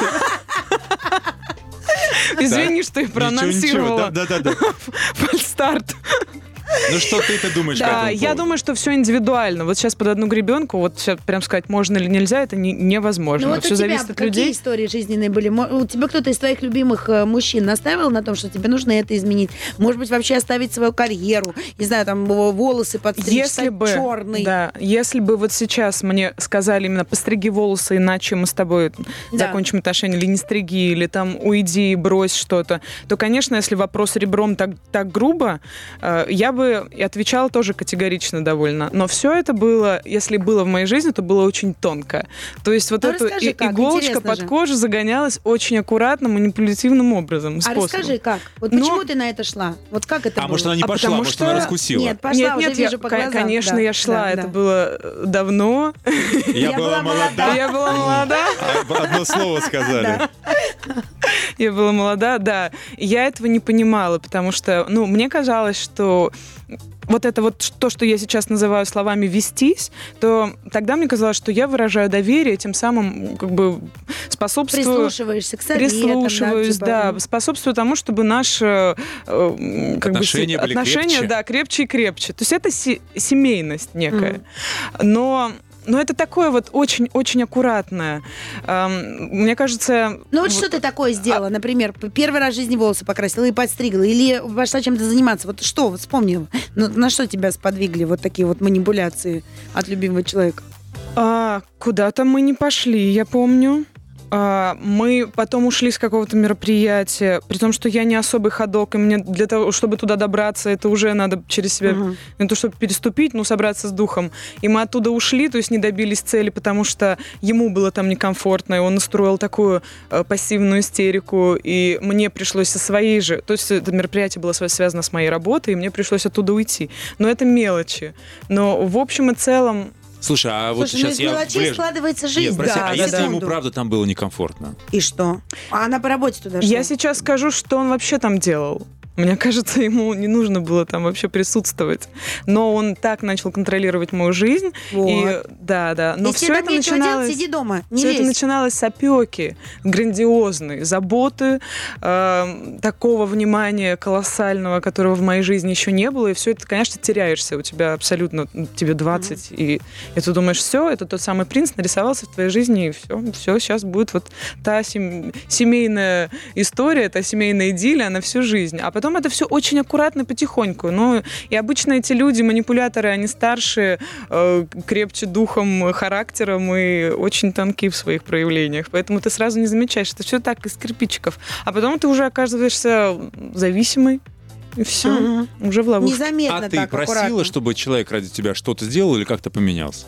Извини, что я Ничего, ничего. проанонсировала. Да-да-да. Фальстарт. Ну что ты-то думаешь по Да, этому я поводу? думаю, что все индивидуально. Вот сейчас под одну гребенку, вот сейчас прям сказать, можно или нельзя, это не- невозможно. Ну вот у все тебя зависит от какие людей. истории жизненные были? Мо- У тебя кто-то из твоих любимых э, мужчин настаивал на том, что тебе нужно это изменить? Может быть, вообще оставить свою карьеру? Не знаю, там э, волосы подстричь, Если стать бы, черный. да, если бы вот сейчас мне сказали именно постриги волосы, иначе мы с тобой Да. закончим отношения, или не стриги, или там уйди, брось что-то, то, конечно, если вопрос ребром так, так грубо, э, я бы и отвечала тоже категорично довольно. Но все это было, если было в моей жизни, то было очень тонко. То есть вот Ну, эта расскажи, и- как, иголочка интересно под же. кожу загонялась очень аккуратно, манипулятивным образом, А способом. расскажи, как? Вот Но- почему ты на это шла? Вот как это А было? может, она не А пошла, потому может, что- она раскусила. Нет, пошла, нет, уже нет, я, вижу по ко- глазам. конечно, Да, я шла, да, это да. было э, давно. Я была молода. Я была молода. А, Одно слово сказали. Я была молода, да. И я этого не понимала, потому что, ну, мне казалось, что вот это вот то, что я сейчас называю словами «вестись», то тогда мне казалось, что я выражаю доверие, тем самым как бы способствую... Прислушиваешься к советам. Прислушиваюсь, типа, да, способствую тому, чтобы наши э, как Отношения бы, были отношения, крепче. да, крепче и крепче. То есть это се- семейность некая. Но но это такое вот очень-очень аккуратное. Эм, мне кажется... Ну вот что ты такое сделала? Например, п- первый раз в жизни волосы покрасила и подстригла? Или пошла чем-то заниматься? Вот что, вот вспомни, на, на что тебя сподвигли вот такие вот манипуляции от любимого человека? А, куда-то мы не пошли, я помню. А, мы потом ушли с какого-то мероприятия, при том, что я не особый ходок, и мне для того, чтобы туда добраться, это уже надо через себя, Мгм. не то чтобы переступить, но собраться с духом. И мы оттуда ушли, то есть не добились цели, потому что ему было там некомфортно, и он устроил такую э, пассивную истерику, и мне пришлось со своей же, то есть это мероприятие было сва- связано с моей работой, и мне пришлось оттуда уйти. Но это мелочи. Но в общем и целом Слушай, а вот Слушай, ну сейчас из я мелочей влезу. складывается жизнь. Нет, прости, да, а да, если да. ему правда там было некомфортно? И что? А она по работе туда шла? Я сейчас скажу, что он вообще там делал. Мне кажется, ему не нужно было там вообще присутствовать. Но он так начал контролировать мою жизнь. Вот. И да, да. Но Если все там это нечего начиналось... делать, сиди дома, не Все лезь. это начиналось с опеки, грандиозной, заботы, э, такого внимания колоссального, которого в моей жизни еще не было. И все это, конечно, теряешься. У тебя абсолютно, ну, тебе двадцать, и, и ты думаешь, все, это тот самый принц нарисовался в твоей жизни, и все, все, сейчас будет вот та сем- семейная история, та семейная идиллия на всю жизнь. А потом это все очень аккуратно, потихоньку. Ну, и обычно эти люди, манипуляторы, они старше, э, крепче духом, характером и очень тонкие в своих проявлениях. Поэтому ты сразу не замечаешь, это все так из кирпичиков. А потом ты уже оказываешься зависимой, и все, Мгм. уже в ловушке. Незаметно А ты так, просила, аккуратно. чтобы человек ради тебя что-то сделал или как-то поменялся?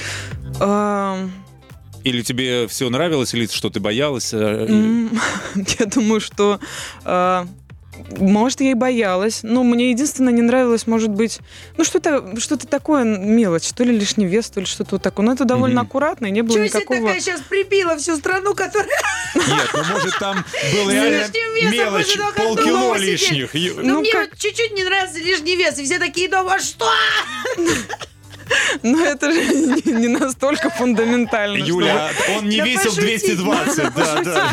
А, Или тебе все нравилось, или что ты боялась? э, или- м, Я думаю, что... а, Может, я и боялась. Но мне единственное не нравилось, может быть, ну, что-то, что-то такое мелочь. То ли лишний вес, то ли что-то вот такое. Но это довольно Мгм. аккуратно, и не было Чего себе никакого... такая сейчас прибила всю страну, которая... Нет, ну может там был С реально лишним весом мелочь, уже только полкило дома сидеть. лишних. И- Ну, Ну, мне как- вот чуть-чуть не нравится лишний вес, и все такие дома, что? Но это же не, не настолько фундаментально. Юля, чтобы... он не Да весил пошутить, двести двадцать, да, да.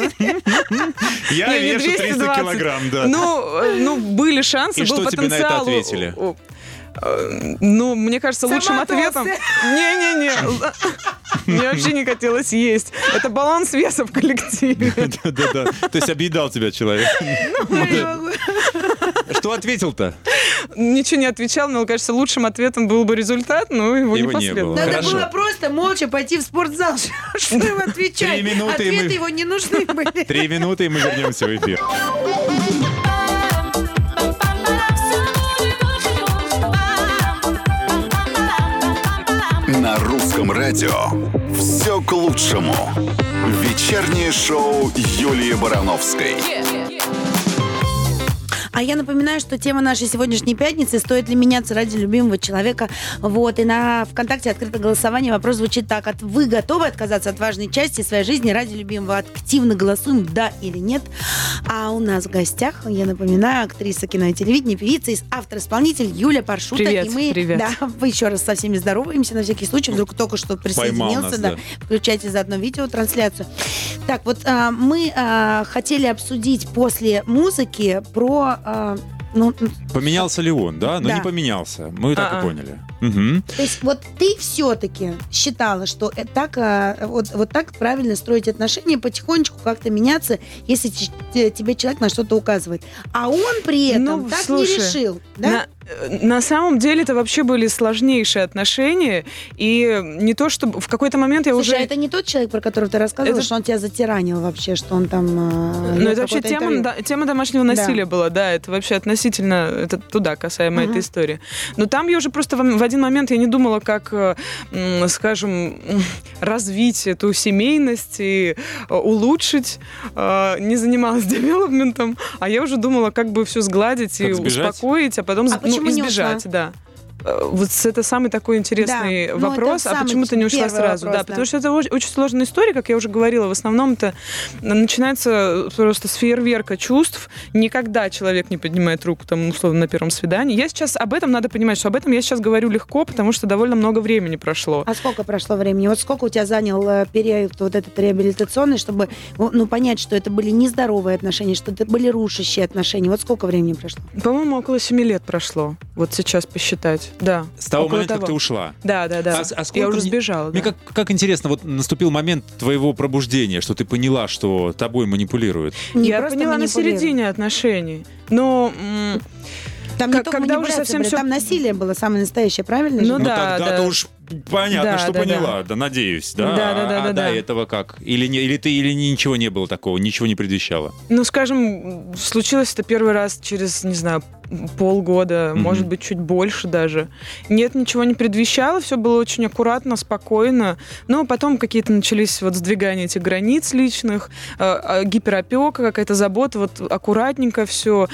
Я Не, не вешу двести триста двадцать. килограмм, да. Ну, э, ну, были шансы, И был что тебе на это потенциал. ответили? У- у- э, Ну, мне кажется, лучшим Самотосы. ответом... Не-не-не. Мне вообще не хотелось есть. Это баланс веса в коллективе. Да-да-да. То есть объедал тебя человек. Что ответил-то? Ничего не отвечал, но, кажется, лучшим ответом был бы результат, но его, Его не не последовало. было. Надо Хорошо. было просто молча пойти в спортзал. Что им отвечать? Три минуты, и мы- Ответы его не нужны были. Три минуты, и мы вернемся в эфир. На русском радио все к лучшему. Вечернее шоу Юлии Барановской. А я напоминаю, что тема нашей сегодняшней пятницы «Стоит ли меняться ради любимого человека?». Вот, и на ВКонтакте открыто голосование. Вопрос звучит так. От- Вы готовы отказаться от важной части своей жизни ради любимого? Активно голосуем «да» или «нет». А у нас в гостях, я напоминаю, актриса кино и телевидения, певица и автор-исполнитель Юля Паршута. Привет, и мы, привет. Да, вы еще раз со всеми здороваемся на всякий случай. Вдруг только что присоединился. нас, да. да. Включайте заодно видеотрансляцию. Так, вот а, мы а, хотели обсудить после музыки про... а, ну, Поменялся ли он, да? Но Да. не поменялся. Мы так А-а. и поняли. Мгм. то есть вот ты все-таки считала, что э- так, а, вот, вот так правильно строить отношения, потихонечку как-то меняться, если ч- те- тебе человек на что-то указывает. А он при этом Ну, так слушай, не решил. Да? На, э, на самом деле это вообще были сложнейшие отношения. И не то, чтобы в какой-то момент я Слушай, уже... а это не тот человек, про которого ты рассказывала, Это- что он тебя затиранил вообще, что он там... а, Ну, вел это вообще какое-то тема, интервью? да, тема домашнего Да. насилия была, да, это вообще относительно, это туда касаемо Мгм. этой истории. Но там я уже просто в, в один момент я не думала, как, э, м, скажем, м, развить эту семейность и э, улучшить, э, не занималась девелопментом, а я уже думала, как бы все сгладить Как и сбежать? успокоить, а потом А ну, почему не избежать, ушла? да. Э, Вот это самый такой интересный Да, ну, вопрос, это а самый почему ты не ушла первый сразу? вопрос, да, да. потому что это очень, очень сложная история, как я уже говорила. В основном это начинается просто с фейерверка чувств. Никогда человек не поднимает руку, там, условно, на первом свидании. Я сейчас об этом надо понимать, что об этом я сейчас говорю легко, потому что довольно много времени прошло. А сколько прошло времени? Вот сколько у тебя занял э, период вот этот реабилитационный, чтобы ну, понять, что это были нездоровые отношения, что это были рушащие отношения? Вот сколько времени прошло? По-моему, около семи лет прошло. Вот сейчас посчитать. Да. С того около момента, того. как ты ушла. Да, да, да. А с- а сколько я уже мне- сбежала. Мне да. как, как интересно, вот наступил момент твоего пробуждения, что ты поняла, что тобой манипулируют. Не я просто поняла на манипулировали. середине отношений. Но м, Там Как- не только когда уже манипуляции совсем были, всё- там насилие было самое настоящее, правильно? Ну же? да. тогда-то да. уж понятно, Да, что да, поняла, да. надеюсь, да? Да, да, да, а, да, а до да. этого как? Или, не, или ты, или ничего не было такого, ничего не предвещало? Ну, скажем, случилось это первый раз через, не знаю, полгода, Мгм. может быть, чуть больше даже. Нет, ничего не предвещало, все было очень аккуратно, спокойно. Но потом какие-то начались вот сдвигания этих границ личных, э, э, гиперопека, какая-то забота, вот аккуратненько все,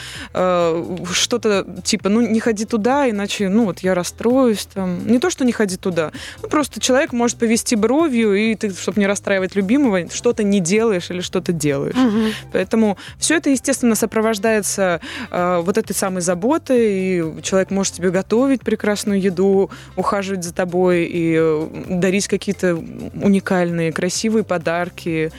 что-то типа, ну, не ходи туда, иначе, ну, вот я расстроюсь там. Не то, что не ходи туда, ну, просто человек может повести бровью, и ты, чтобы не расстраивать любимого, что-то не делаешь или что-то делаешь. Мгм. Поэтому все это, естественно, сопровождается э, вот этой самой заботой, и человек может тебе готовить прекрасную еду, ухаживать за тобой и э, дарить какие-то уникальные, красивые подарки,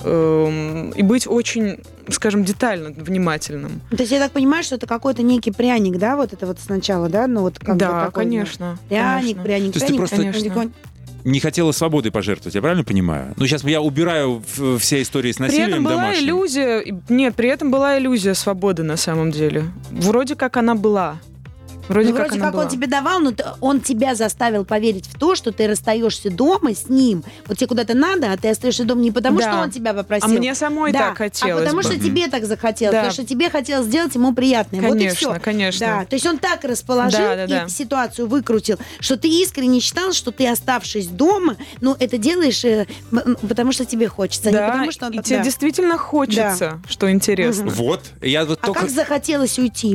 э, и быть очень, скажем, детально внимательным. То есть я так понимаю, что это какой-то некий пряник, да, вот это вот сначала, да? Ну вот как бы Да, такой, конечно. да. Пряник, конечно. пряник, То есть ты пряник. просто- пряник, Конечно. Не хотела свободой пожертвовать, я правильно понимаю? Ну, сейчас я убираю в- все истории с При насилием этом была домашним. иллюзия, и- нет, при этом была иллюзия свободы на самом деле. Вроде как она была. Вроде Ну, как вроде она как была. он тебе давал, но т- он тебя заставил поверить в то, что ты расстаешься дома с ним. Вот тебе куда-то надо, а ты остаешься дома не потому, Да. что он тебя попросил. А мне самой да, так хотелось а потому бы. что тебе так захотелось, Да. потому что тебе хотелось сделать ему приятное. Вот и Конечно, все. конечно. Да, то есть он так расположил Да, да, и да. ситуацию выкрутил, что ты искренне считал, что ты, оставшись дома, ну, это делаешь, э, м- м, потому что тебе хочется, а не Да, потому что он и так- тебе да. действительно хочется, что интересно. Вот, я вот А только... как захотелось уйти?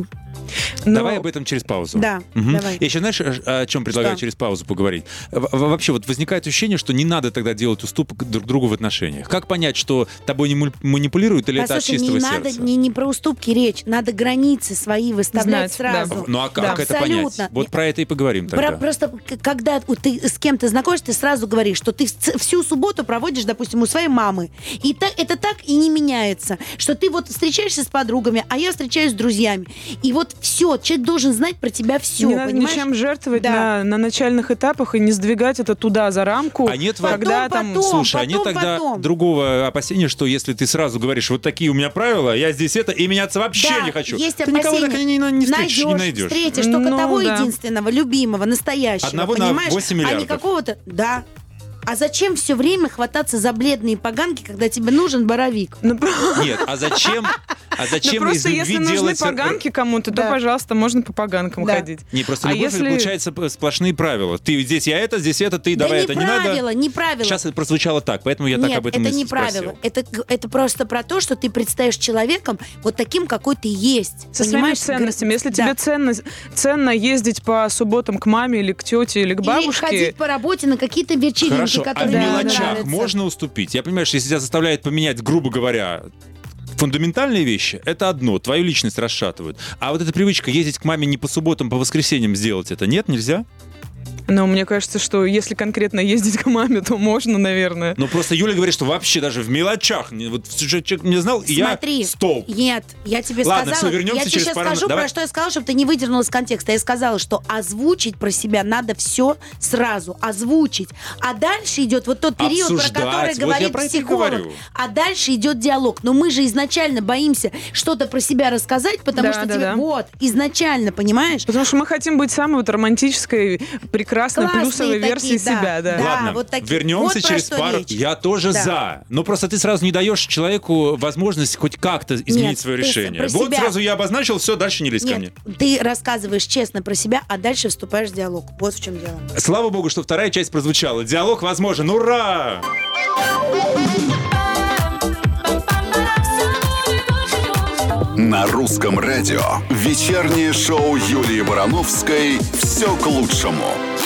Но- Давай об этом через паузу. Да, Мгм. давай. Я еще, знаешь, о о чем предлагаю Что? через паузу поговорить? В- в- Вообще, вот возникает ощущение, что не надо тогда делать уступок друг другу в отношениях. Как понять, что тобой не муль- манипулируют или это от Послушай, чистого не надо, сердца? не, не про уступки речь, надо границы свои выставлять Знать, да. сразу. Ну а как Да. это понять? Абсолютно. Вот про это и поговорим Про- тогда. просто к- когда вот ты с кем-то знакомишься, ты сразу говоришь, что ты ц- всю субботу проводишь, допустим, у своей мамы. И та- это так и не меняется. Что ты вот встречаешься с подругами, а я встречаюсь с друзьями. И вот все, человек должен знать про тебя все, не надо понимаешь? ничем жертвовать Да. на, на начальных этапах и не сдвигать это туда, за рамку. А нет, Потом, когда там... потом. Слушай, а нет потом, тогда потом. другого опасения, что если ты сразу говоришь, вот такие у меня правила, я здесь это, и меняться вообще Да, не хочу. есть Ты никого опасения. так и не, не встретишь, не найдешь. Встретишь только Ну, того да. единственного, любимого, настоящего, Одного на понимаешь? восемь А не миллиардов. какого-то... Да. А зачем все время хвататься за бледные поганки, когда тебе нужен боровик? Ну, Нет, а зачем, а ну, зачем из просто любви если нужны делать... поганки кому-то, Да. то, пожалуйста, можно по поганкам Да. ходить. Не, просто А любовь, если- получается, п- сплошные правила. Ты здесь я это, здесь это, ты Да давай не это, не правило, надо. не правило. Сейчас это прозвучало так, поэтому я так Нет, об этом это и не спросил. правило. Это, г- это просто про то, что ты предстаешь человеком вот таким, какой ты есть. Со своими Понимаешь? ценностями. Если Да. тебе ценно, ценно ездить по субботам к маме или к тете или к Или бабушке... ходить по работе на какие-то вечеринки, Хорошо, а в которые мне мелочах нравятся. можно уступить? Я понимаю, что если тебя заставляют поменять, грубо говоря, фундаментальные вещи, это одно, твою личность расшатывают. А вот эта привычка ездить к маме не по субботам, по воскресеньям сделать это, нет, нельзя? Но мне кажется, что если конкретно ездить к маме, то можно, наверное. Но просто Юля говорит, что вообще даже в мелочах, не- вот всё, человек не знал, и Смотри, я столб. Нет, я тебе Ладно, сказала, всё, вернемся я тебе через сейчас пару скажу, минут. Давай. про что я сказала, чтобы ты не выдернул из контекста. Я сказала, что озвучить про себя надо все сразу, озвучить. А дальше идет вот тот период, Обсуждать. про который Вот я говорит про это и психолог. говорю. А дальше идет диалог. Но мы же изначально боимся что-то про себя рассказать, потому Да, что да, тебе... да. Вот, изначально, понимаешь? Потому что мы хотим быть самой вот романтической, прекрасной, Классные плюсовой такие, версией да. себя, да. Да. Ладно, вот такие. вернемся Вот про через что пару. речь. Я тоже Да. за. Но просто ты сразу не даешь человеку возможность хоть как-то изменить Нет, свое ты с- решение. про Вот себя. сразу я обозначил, все, дальше не лезь ко мне. Нет, ты рассказываешь честно про себя, а дальше вступаешь в диалог. Вот в чем дело. Слава богу, что вторая часть прозвучала. Диалог возможен. Ура! На русском радио вечернее шоу Юлии Барановской «Все к лучшему».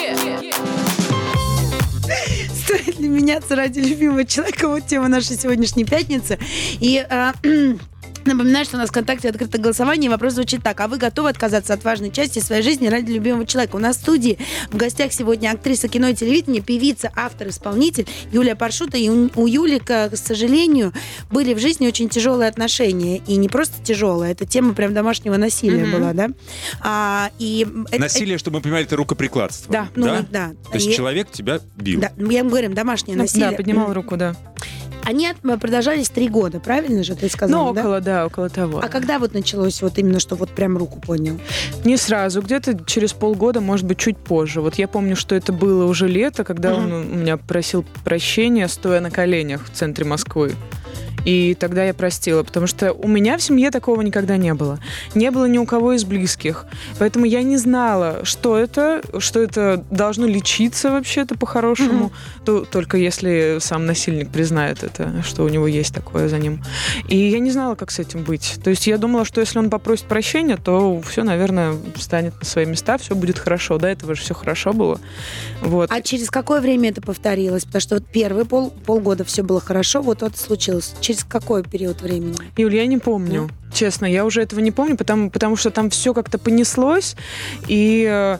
Стоит ли меняться ради любимого человека? Вот тема нашей сегодняшней пятницы. И э, напоминаю, что у нас в ВКонтакте открыто голосование. И вопрос звучит так. А вы готовы отказаться от важной части своей жизни ради любимого человека? У нас в студии в гостях сегодня актриса кино и телевидения, певица, автор, исполнитель Юлия Паршута. И у, у Юли, к, к сожалению, были в жизни очень тяжелые отношения. И не просто тяжелые. Это тема прям домашнего насилия Мгм. была, да? А, и это- Насилие, чтобы мы понимали, это рукоприкладство. Да, ну да? да. То есть И- человек тебя бил. Да, мы им говорим, домашнее Ну, насилие. да, поднимал руку, да. Они от- продолжались три года, правильно же ты сказала, Ну, да? около, да, около того. А когда вот началось вот именно, что вот прям руку поднял? Не сразу, где-то через полгода, может быть, чуть позже. Вот я помню, что это было уже лето, когда Мгм. он у меня просил прощения, стоя на коленях в центре Москвы. И тогда я простила, потому что у меня в семье такого никогда не было. Не было ни у кого из близких. Поэтому я не знала, что это, что это должно лечиться вообще-то по-хорошему. То- только если сам насильник признает это, что у него есть такое за ним. И я не знала, как с этим быть. То есть я думала, что если он попросит прощения, то все, наверное, встанет на свои места, все будет хорошо. До этого же все хорошо было. Вот. А через какое время это повторилось? Потому что вот первые пол, полгода все было хорошо, вот это случилось. Через какой период времени? Юль, я не помню. Честно, я уже этого не помню, потому, потому что там все как-то понеслось. И э,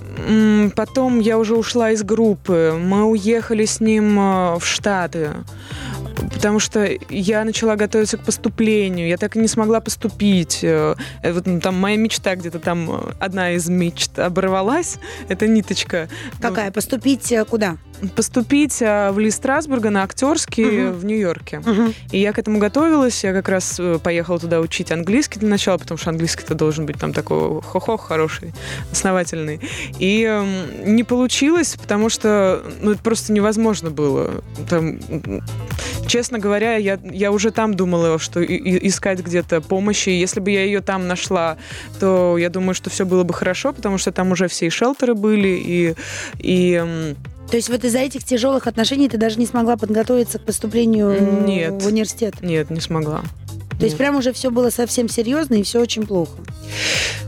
м, потом я уже ушла из группы. Мы уехали с ним э, в Штаты. Потому что я начала готовиться к поступлению. Я так и не смогла поступить. Э, Вот ну, там моя мечта где-то там, э, одна из мечт оборвалась. Это ниточка. Какая? Поступить э, куда? Поступить э, в Ли Страсбурга на актерский Мгм. в Нью-Йорке. Мгм. И я к этому готовилась. Я как раз э, поехала туда учить английский для начала, потому что английский-то должен быть там такой хо-хо хороший, основательный. И эм, не получилось, потому что ну, это просто невозможно было. Там, м, честно говоря, я, я уже там думала, что и- и- искать где-то помощи. Если бы я ее там нашла, то я думаю, что все было бы хорошо, потому что там уже все и шелтеры были, и... и эм, То есть вот из-за этих тяжелых отношений ты даже не смогла подготовиться к поступлению э, Нет. в университет? нет, не смогла. То есть Нет. прям уже все было совсем серьезно и все очень плохо.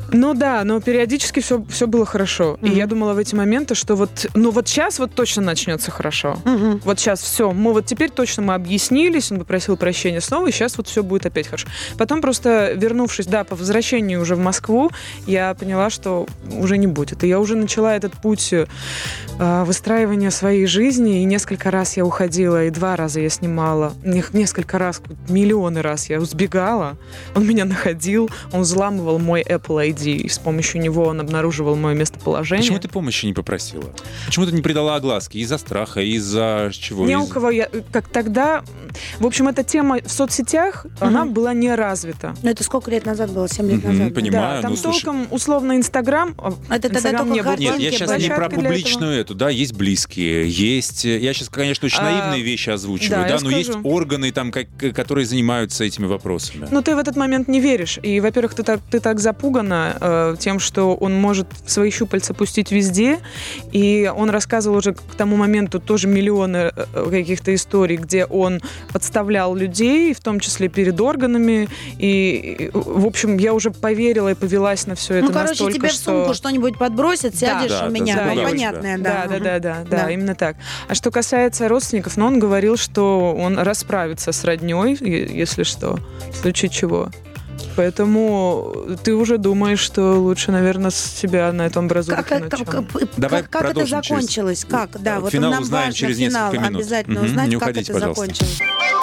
Ну да, но периодически все, все было хорошо. Mm-hmm. И я думала в эти моменты, что вот, ну вот сейчас вот точно начнется хорошо. Mm-hmm. Вот сейчас все. Мы вот теперь точно мы объяснились, он попросил прощения снова, и сейчас вот все будет опять хорошо. Потом просто вернувшись, да, по возвращению уже в Москву, я поняла, что уже не будет. И я уже начала этот путь э, выстраивания своей жизни, и несколько раз я уходила, и два раза я снимала, несколько раз, миллионы раз я сбегала, он меня находил, он взламывал мой Apple ай ди, и с помощью него он обнаруживал мое местоположение. Почему ты помощи не попросила? Почему ты не придала огласки? Из-за страха, из-за чего? Ни из... у кого я, как тогда... В общем, эта тема в соцсетях, угу. она была не развита. Но это сколько лет назад было? Семь лет угу, назад? Понимаю. Да, там ну, толком, условно, Инстаграм... Это тогда только не картинки. Нет, я сейчас не про публичную эту, да, есть близкие, есть... Я сейчас, конечно, очень наивные а, вещи озвучиваю, да, да но есть органы, там, как, которые занимаются этими вопросами. Ну, ты в этот момент не веришь. И, во-первых, ты так, ты так запугана э, тем, что он может свои щупальца пустить везде, и он рассказывал уже к тому моменту тоже миллионы э, каких-то историй, где он подставлял людей, в том числе перед органами, и, в общем, я уже поверила и повелась на все это ну, короче, настолько, тебе в сумку что... что-нибудь подбросят, сядешь да, у меня, да, ну, да, понятное, да. Да, да, да, да, да, да, именно так. А что касается родственников, ну, он говорил, что он расправится с родней, если что, в случае чего. Поэтому ты уже думаешь, что лучше, наверное, себя на эту амбразуру кинуть. Как, как, Давай как, как это закончилось? Через... Как? Да, вот финал нам узнаем важно через финал несколько минут. Обязательно угу, узнать, не как уходите, это пожалуйста. закончилось.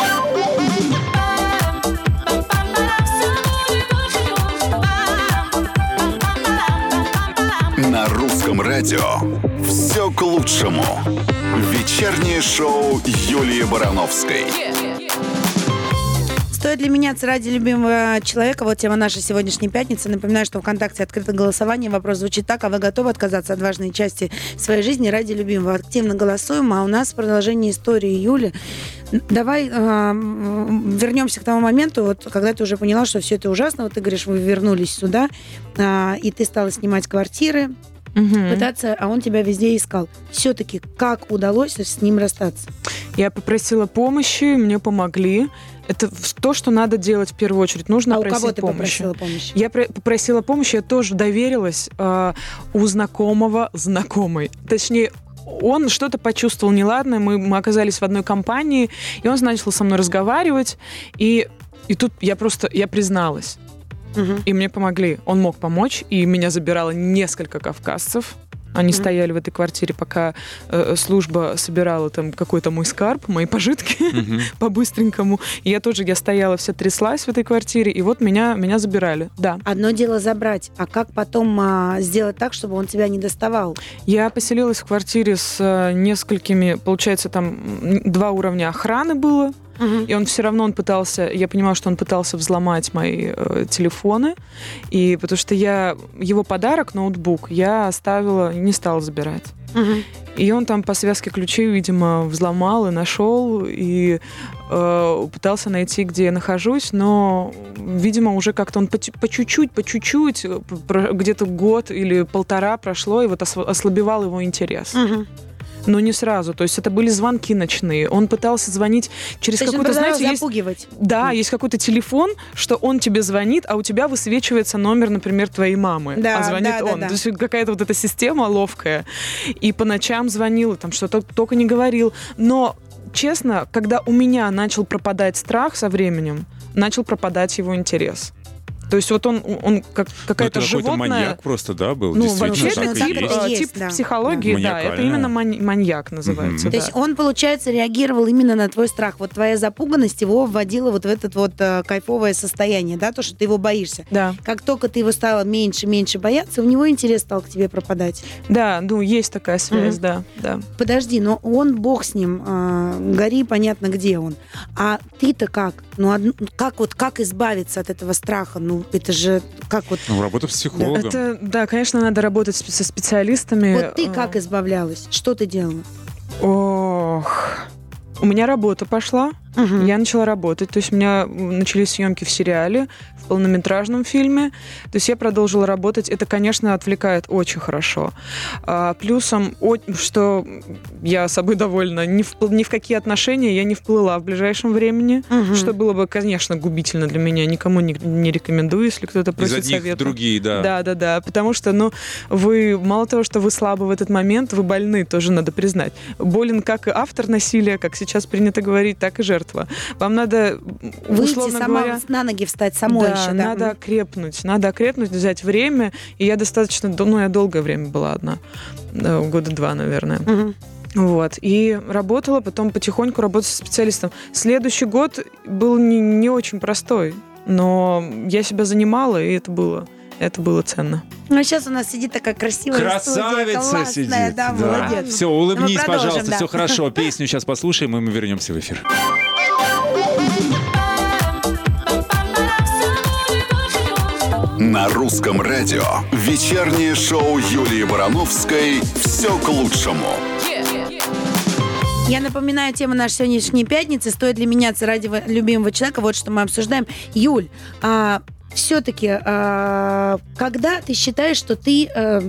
На русском радио все к лучшему. Вечернее шоу Юлии Барановской. Стоит ли меняться ради любимого человека? Вот тема нашей сегодняшней пятницы. Напоминаю, что ВКонтакте открыто голосование. Вопрос звучит так: а вы готовы отказаться от важной части своей жизни ради любимого? Активно голосуем. А у нас продолжение истории Юли. Давай э, вернемся к тому моменту, вот, когда ты уже поняла, что все это ужасно. Вот ты говоришь, вы вернулись сюда, э, и ты стала снимать квартиры, угу. пытаться, а он тебя везде искал. Все-таки как удалось с ним расстаться? Я попросила помощи, мне помогли. Это то, что надо делать в первую очередь. Нужно а просить у кого ты помощи. попросила помощи? Я попросила помощи, я тоже доверилась э, у знакомого знакомой. Точнее, он что-то почувствовал неладное, мы, мы оказались в одной компании, и он начал со мной разговаривать, и, и тут я просто, я призналась. Угу. И мне помогли. Он мог помочь, и меня забирало несколько кавказцев. Они mm-hmm. стояли в этой квартире, пока э, служба собирала там какой-то мой скарб, мои пожитки mm-hmm. по-быстренькому. И я тоже, я стояла, вся тряслась в этой квартире, и вот меня, меня забирали, да. Одно дело забрать, а как потом а, сделать так, чтобы он тебя не доставал? Я поселилась в квартире с а, несколькими, получается, там два уровня охраны было. Uh-huh. И он все равно, он пытался, я понимала, что он пытался взломать мои э, телефоны, и потому что я, его подарок, ноутбук, я оставила, не стала забирать. Uh-huh. И он там по связке ключей, видимо, взломал и нашел, и э, пытался найти, где я нахожусь, но, видимо, уже как-то он по, по чуть-чуть, по чуть-чуть, где-то год или полтора прошло, и вот ослабевал его интерес. Uh-huh. Но не сразу. То есть это были звонки ночные. Он пытался звонить через какой-то, знаете, запугивать. Есть, да, есть какой-то телефон, что он тебе звонит, а у тебя высвечивается номер, например, твоей мамы. Да, а звонит да, он. Да, да. То есть какая-то вот эта система ловкая. И по ночам звонил, там что-то только не говорил. Но, честно, когда у меня начал пропадать страх со временем, начал пропадать его интерес. То есть вот он, он как какая-то ну, это животное... какой-то маньяк просто, да, был? Ну, действительно, вообще, так тип, и есть. тип есть, да. психологии, да, да, это именно мань- маньяк называется. Mm-hmm. Да. То есть он, получается, реагировал именно на твой страх. Вот твоя запуганность его вводила вот в это вот э, кайфовое состояние, да, то, что ты его боишься. Да. Как только ты его стала меньше-меньше бояться, у него интерес стал к тебе пропадать. Да, ну, есть такая связь, mm-hmm. да, да. Подожди, но он, бог с ним, э, гори, понятно, где он. А ты-то как? Ну, од... как вот, как избавиться от этого страха? Ну, это же как вот... Ну, работа с психологом. Это, да, конечно, надо работать со специалистами. Вот ты как избавлялась? Что ты делала? Ох... У меня работа пошла. Угу. Я начала работать, то есть у меня начались съемки в сериале, в полнометражном фильме, то есть я продолжила работать. Это, конечно, отвлекает очень хорошо. А, плюсом, что я собой довольна, ни в, ни в какие отношения я не вплыла в ближайшем времени, угу. что было бы, конечно, губительно для меня. Никому не, не рекомендую, если кто-то просит Из одних совета. в другие, да. Да, да, да, потому что, ну, вы, мало того, что вы слабы в этот момент, вы больны, тоже надо признать. Болен как и автор насилия, как сейчас принято говорить, так и жертва. Вам надо, выйти условно сама, говоря, на ноги встать самой да, еще. Да, надо окрепнуть, надо окрепнуть, взять время. И я достаточно, ну, я долгое время была одна, года два, наверное. Угу. Вот. И работала, потом потихоньку работала со специалистом. Следующий год был не, не очень простой, но я себя занимала, и это было... Это было ценно. Ну, а сейчас у нас сидит такая красивая красавица студия, классная, сидит. да, Да. молодец. Все, улыбнись, продолжим, пожалуйста, да. все хорошо. Песню сейчас послушаем, и мы вернемся в эфир. На русском радио вечернее шоу Юлии Барановской «Все к лучшему». Я напоминаю, тему нашей сегодняшней пятницы. Стоит ли меняться ради любимого человека? Вот что мы обсуждаем. Юль, а, все-таки, а, когда ты считаешь, что ты а,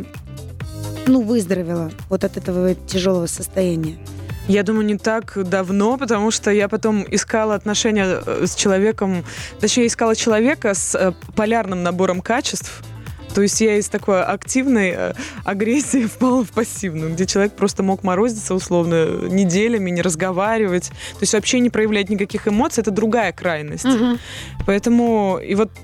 ну, выздоровела вот от этого тяжелого состояния? Я думаю, не так давно, потому что я потом искала отношения с человеком, точнее, искала человека с полярным набором качеств. То есть я из такой активной агрессии впала в пассивную, где человек просто мог морозиться условно неделями, не разговаривать, то есть вообще не проявлять никаких эмоций. Это другая крайность. Угу. Поэтому и вот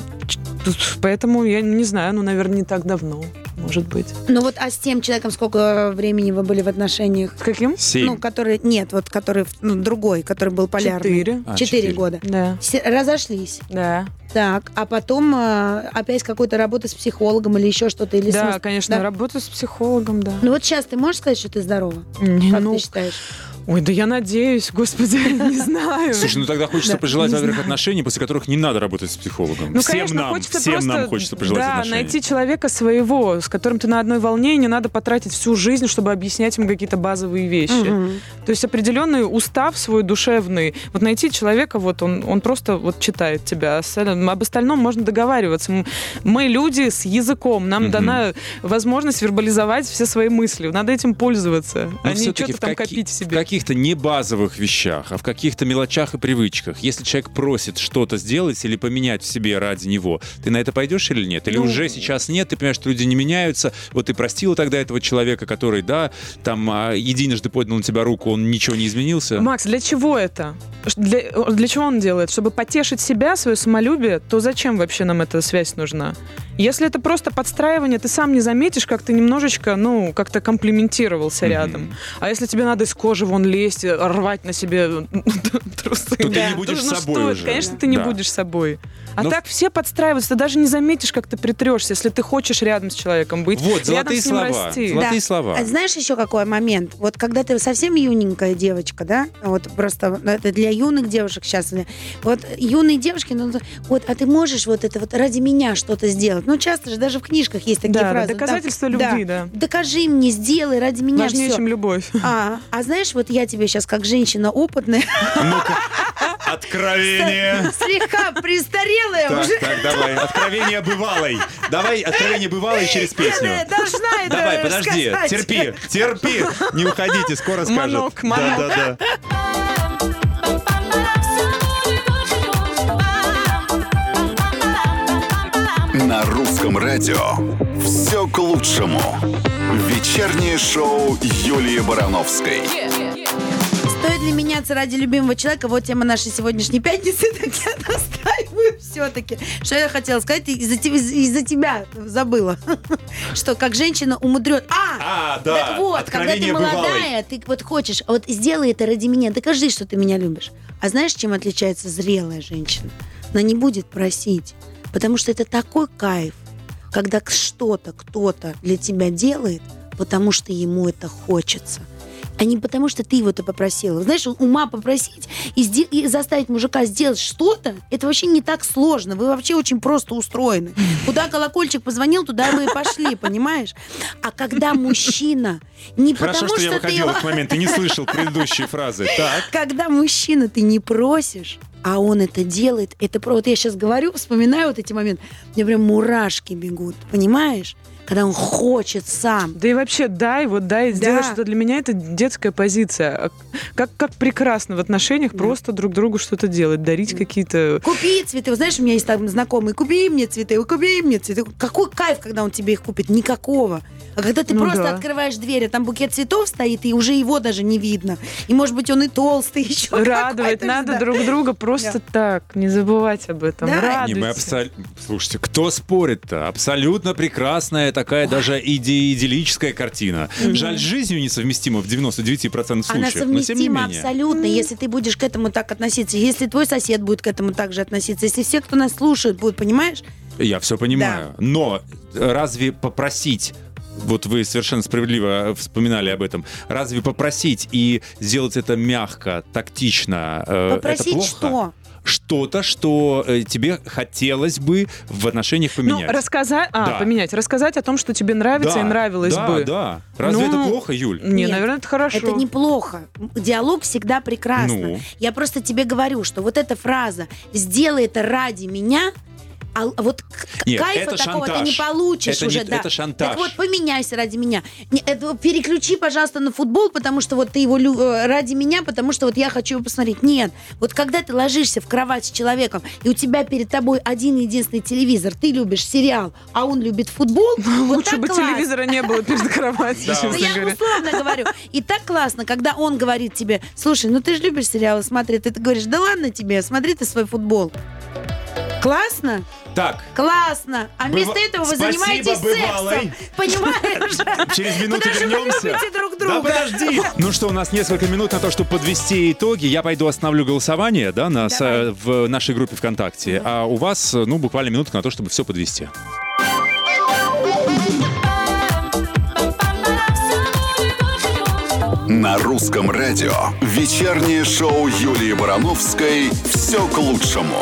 поэтому я не знаю, ну, наверное, не так давно, может быть. Ну вот, а с тем человеком сколько времени вы были в отношениях? С каким? Семь. Ну, который, нет, вот который, ну, другой, который был полярный. Четыре. А, Четыре четыре. года. Да. Все разошлись. Да. Так, а потом э, опять какой-то работа с психологом или еще что-то? Или Да, смысл? конечно, Да. работаю с психологом, да. Ну вот сейчас ты можешь сказать, что ты здорова? Не, Как ну, ты считаешь? ой, да я надеюсь, господи, не знаю. Слушай, ну тогда хочется Да, пожелать, не во-первых, знаю. отношений, после которых не надо работать с психологом. Ну, всем конечно, нам, хочется всем просто, нам хочется пожелать да, отношений. найти человека своего, с которым ты на одной волне, и не надо потратить всю жизнь, чтобы объяснять ему какие-то базовые вещи. Мгм. То есть определенный устав свой душевный. Вот найти человека, вот он, он просто вот читает тебя. Об остальном можно договариваться. М- Мы люди с языком. Нам Мгм. дана возможность вербализовать все свои мысли. Надо этим пользоваться, Но а не все-таки что-то в, там каки- копить в в себе. каких-то не базовых вещах, а в каких-то мелочах и привычках. Если человек просит что-то сделать или поменять в себе ради него, ты на это пойдешь или нет? Или Ну, уже сейчас нет, ты понимаешь, что люди не меняются, вот ты простила тогда этого человека, который, да, там а, единожды поднял на тебя руку, он ничего не изменился? Макс, для чего это? Ш- Для, для чего он делает? Чтобы потешить себя, свое самолюбие, то зачем вообще нам эта связь нужна? Если это просто подстраивание, ты сам не заметишь, как ты немножечко, ну, как-то комплиментировался Мгм. рядом. А если тебе надо из кожи вон лезть, рвать на себе трусы, То ты да, не будешь ну, ну собой что, уже. Конечно, ты не Да. будешь собой. А Но- так все подстраиваются, ты даже не заметишь, как ты притрешься, если ты хочешь рядом с человеком быть, Вот, рядом золотые с ним слова. расти. Золотые Да. слова. А знаешь еще какой момент? Вот когда ты совсем юненькая девочка, да, вот просто ну, это для юных девушек сейчас. Вот юные девушки, ну вот, а ты можешь вот это вот ради меня что-то сделать? Ну часто же даже в книжках есть такие Да, да, фразы. доказательство там, любви, да. Докажи мне, сделай ради меня Важнее, все. чем любовь. А, а знаешь, вот я тебе сейчас как женщина опытная, Ну-ка, откровение. слегка престарелая Так, уже. так, давай. Откровение бывалой. Давай откровение бывалой через песню. Я должна это Давай, подожди, сказать. терпи, терпи. Не уходите, скоро скажет. Манок, манок. Да, да, да. На русском радио «Все к лучшему». Вечернее шоу Юлии Барановской. Стоит ли меняться ради любимого человека? Вот тема нашей сегодняшней пятницы. Так я настаиваю все-таки. Что я хотела сказать? Из-за тебя, из-за тебя забыла. Что как женщина умудрен... А! А, да. Так вот, когда ты Откровение молодая, бывалой. ты вот хочешь, а вот сделай это ради меня, докажи, что ты меня любишь. А знаешь, чем отличается зрелая женщина? Она не будет просить, потому что это такой кайф, когда что-то кто-то для тебя делает, потому что ему это хочется. а не потому, что ты его-то попросила. Знаешь, ума попросить и, сде- и заставить мужика сделать что-то, это вообще не так сложно. Вы вообще очень просто устроены. Куда колокольчик позвонил, туда вы и пошли, понимаешь? А когда мужчина не Хорошо, потому, что я ты выходил его... в этот момент и не слышал предыдущие фразы. Так. Когда мужчина ты не просишь, а он это делает, это про... Вот я сейчас говорю, вспоминаю вот эти моменты, мне прям мурашки бегут, понимаешь? Когда он хочет сам. Да и вообще, дай, вот дай, сделай Да. что-то. Для меня это детская позиция. Как, как прекрасно в отношениях Да. просто друг другу что-то делать, дарить какие-то... Купи цветы. Вы знаешь, у меня есть там знакомый, купи мне цветы, купи мне цветы. Какой кайф, когда он тебе их купит? Никакого. А когда ты Ну просто да. открываешь дверь, а там букет цветов стоит, и уже его даже не видно. И, может быть, он и толстый еще. Радовать какой-то, надо да. друг друга просто так, не забывать об этом. Да. Радуйте. Не, мы абсолютно... Слушайте, кто спорит-то? Абсолютно прекрасная такая даже иде- идиллическая картина. Жаль, с жизнью несовместима в девяносто девять процентов Она случаев, но тем не совместима менее. абсолютно, если ты будешь к этому так относиться, если твой сосед будет к этому так же относиться, если все, кто нас слушает, будут, понимаешь? Я все понимаю. Но разве попросить... Вот вы совершенно справедливо вспоминали об этом. Разве попросить и сделать это мягко, тактично, э, Попросить это плохо? что? Что-то, что э, тебе хотелось бы в отношениях поменять. Ну, рассказать, а, Да. поменять, рассказать о том, что тебе нравится Да, и нравилось да, бы. да. Разве Ну, это плохо, Юль? Не, Нет, наверное, это хорошо. Это неплохо. Диалог всегда прекрасно. Ну. Я просто тебе говорю, что вот эта фраза «сделай это ради меня», а вот к- Нет, кайфа это такого шантаж. ты не получишь Это уже. не- да. это шантаж. Так вот, поменяйся ради меня. Не, это, переключи, пожалуйста, на футбол, потому что вот ты его лю- э, ради меня, потому что вот я хочу его посмотреть. Нет. Вот когда ты ложишься в кровать с человеком, и у тебя перед тобой один единственный телевизор, ты любишь сериал, а он любит футбол, вот Лучше так бы классно. телевизора не было перед кроватью, Да. Ну, честно я говоря. условно говорю. И так классно, когда он говорит тебе, слушай, ну ты же любишь сериалы смотреть, и ты говоришь, да ладно тебе, смотри ты свой футбол. Классно? Так, Классно. А вместо Быва- этого вы Спасибо, занимаетесь бывалой. сексом. Понимаешь? через минуту Потому что вы вернемся. любите друг Да друга. подожди. Ну что, у нас несколько минут на то, чтобы подвести итоги. Я пойду остановлю голосование, да, на, с- Давай. в нашей группе ВКонтакте. А у вас, ну, буквально минутка на то, чтобы все подвести. На русском радио вечернее шоу Юлии Барановской «Все к лучшему».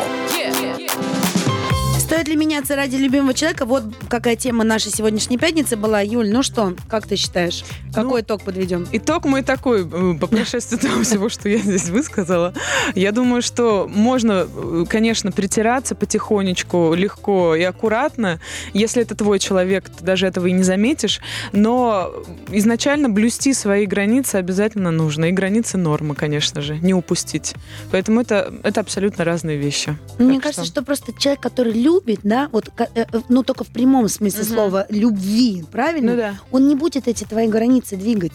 Стоит ли меняться ради любимого человека? Вот какая тема нашей сегодняшней пятницы была. Юль, ну что, как ты считаешь? Какой итог подведем? Итог мой такой, э, по прошествии того всего, что я здесь высказала. Я думаю, что можно, э, конечно, притираться потихонечку, легко и аккуратно. Если это твой человек, ты даже этого и не заметишь. Но изначально блюсти свои границы обязательно нужно. И границы нормы, конечно же, не упустить. Поэтому это, это абсолютно разные вещи. Мне Так кажется, что- что просто человек, который любит, да, вот, ка- э, э, ну, только в прямом смысле Мгм. слова любви, правильно? Ну да. Он не будет эти твои границы двигать.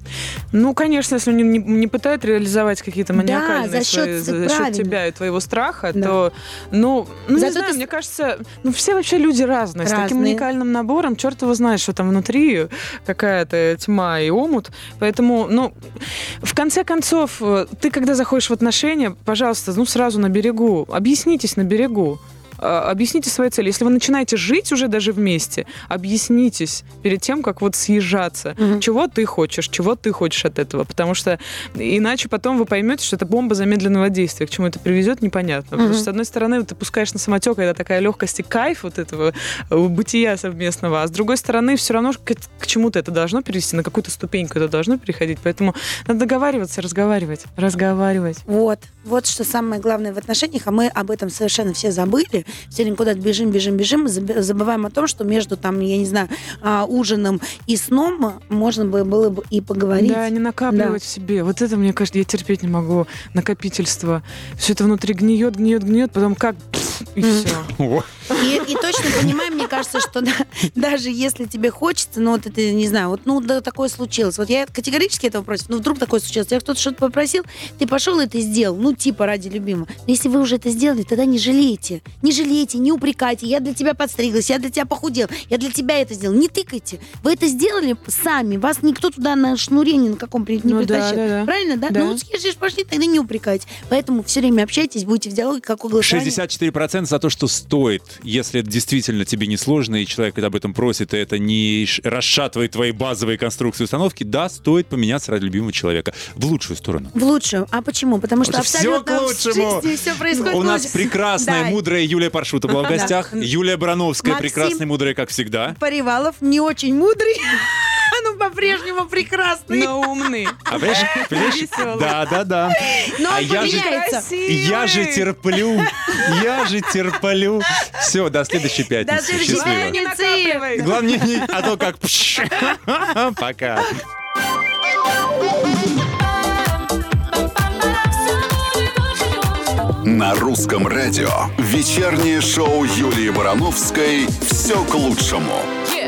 Ну, конечно, если он не, не, не пытает реализовать какие-то Да, маниакальные за счет свои- ц- за счет правильно. тебя и твоего страха, Да. то, ну, ну не Зато знаю, ты с- мне кажется, ну, все вообще люди разные. С таким Разные. уникальным набором, черт его знает, что там внутри какая-то тьма и омут. Поэтому, ну, в конце концов, э, ты, когда заходишь в отношения, пожалуйста, ну, сразу на берегу, объяснитесь на берегу. А, Объясните свои цели. Если вы начинаете жить уже даже вместе, объяснитесь перед тем, как вот съезжаться. Мгм. Чего ты хочешь, чего ты хочешь от этого. Потому что иначе потом вы поймете, что это бомба замедленного действия. К чему это приведет, непонятно. Потому Мгм. что, с одной стороны, ты пускаешь на самотек, это такая легкость и кайф вот этого э, бытия совместного, а с другой стороны, все равно к, к чему-то это должно перевести, на какую-то ступеньку это должно переходить. Поэтому надо договариваться, разговаривать, разговаривать. Вот. Вот что самое главное в отношениях, а мы об этом совершенно все забыли. Все время куда-то бежим, бежим, бежим, и заб- забываем о том, что между, там, я не знаю, а, ужином и сном можно бы- было бы и поговорить. Да, не накапливать Да. в себе. Вот это, мне кажется, я терпеть не могу. Накопительство. Все это внутри гниет, гниет, гниет, потом как пф, и Мгм. все. О, И, и точно понимаем, мне кажется, что да, даже если тебе хочется, ну вот это, не знаю, вот ну да, такое случилось. Вот я категорически этого против, но вдруг такое случилось. Тебя кто-то что-то попросил, ты пошел и это сделал, ну типа ради любимого. Но если вы уже это сделали, тогда не жалейте. Не жалейте, не упрекайте. Я для тебя подстриглась, я для тебя похудел, я для тебя это сделал. Не тыкайте. Вы это сделали сами. Вас никто туда на шнуре ни на каком при- не Ну да, притащил. да, да. Правильно, да? Да. Ну вот съешь, пошли, тогда не упрекайте. Поэтому все время общайтесь, будьте в диалоге, как у голосования. шестьдесят четыре процента за то, что стоит если это действительно тебе не сложно, и человек об этом просит, и это не ш- расшатывает твои базовые конструкции установки, да, стоит поменяться ради любимого человека. В лучшую сторону. В лучшую. А почему? Потому что Всё абсолютно к лучшему. в жизни все происходит У нас лучше. прекрасная, Да. мудрая Юлия Паршута была в Да. гостях. Юлия Барановская, Максим. прекрасная, мудрая, как всегда. Паривалов не очень мудрый, но по-прежнему прекрасный. Но умный. А понимаешь, понимаешь? Весёлый. Да, да, да. Но А он я же, поменяется. Красивый. я же терплю, я же терплю. Все, до следующей пятницы. До следующей Счастливо. пятницы. Не накапливай. Главное, не, а то как... пш. Пока. На русском радио вечернее шоу Юлии Барановской «Все к лучшему».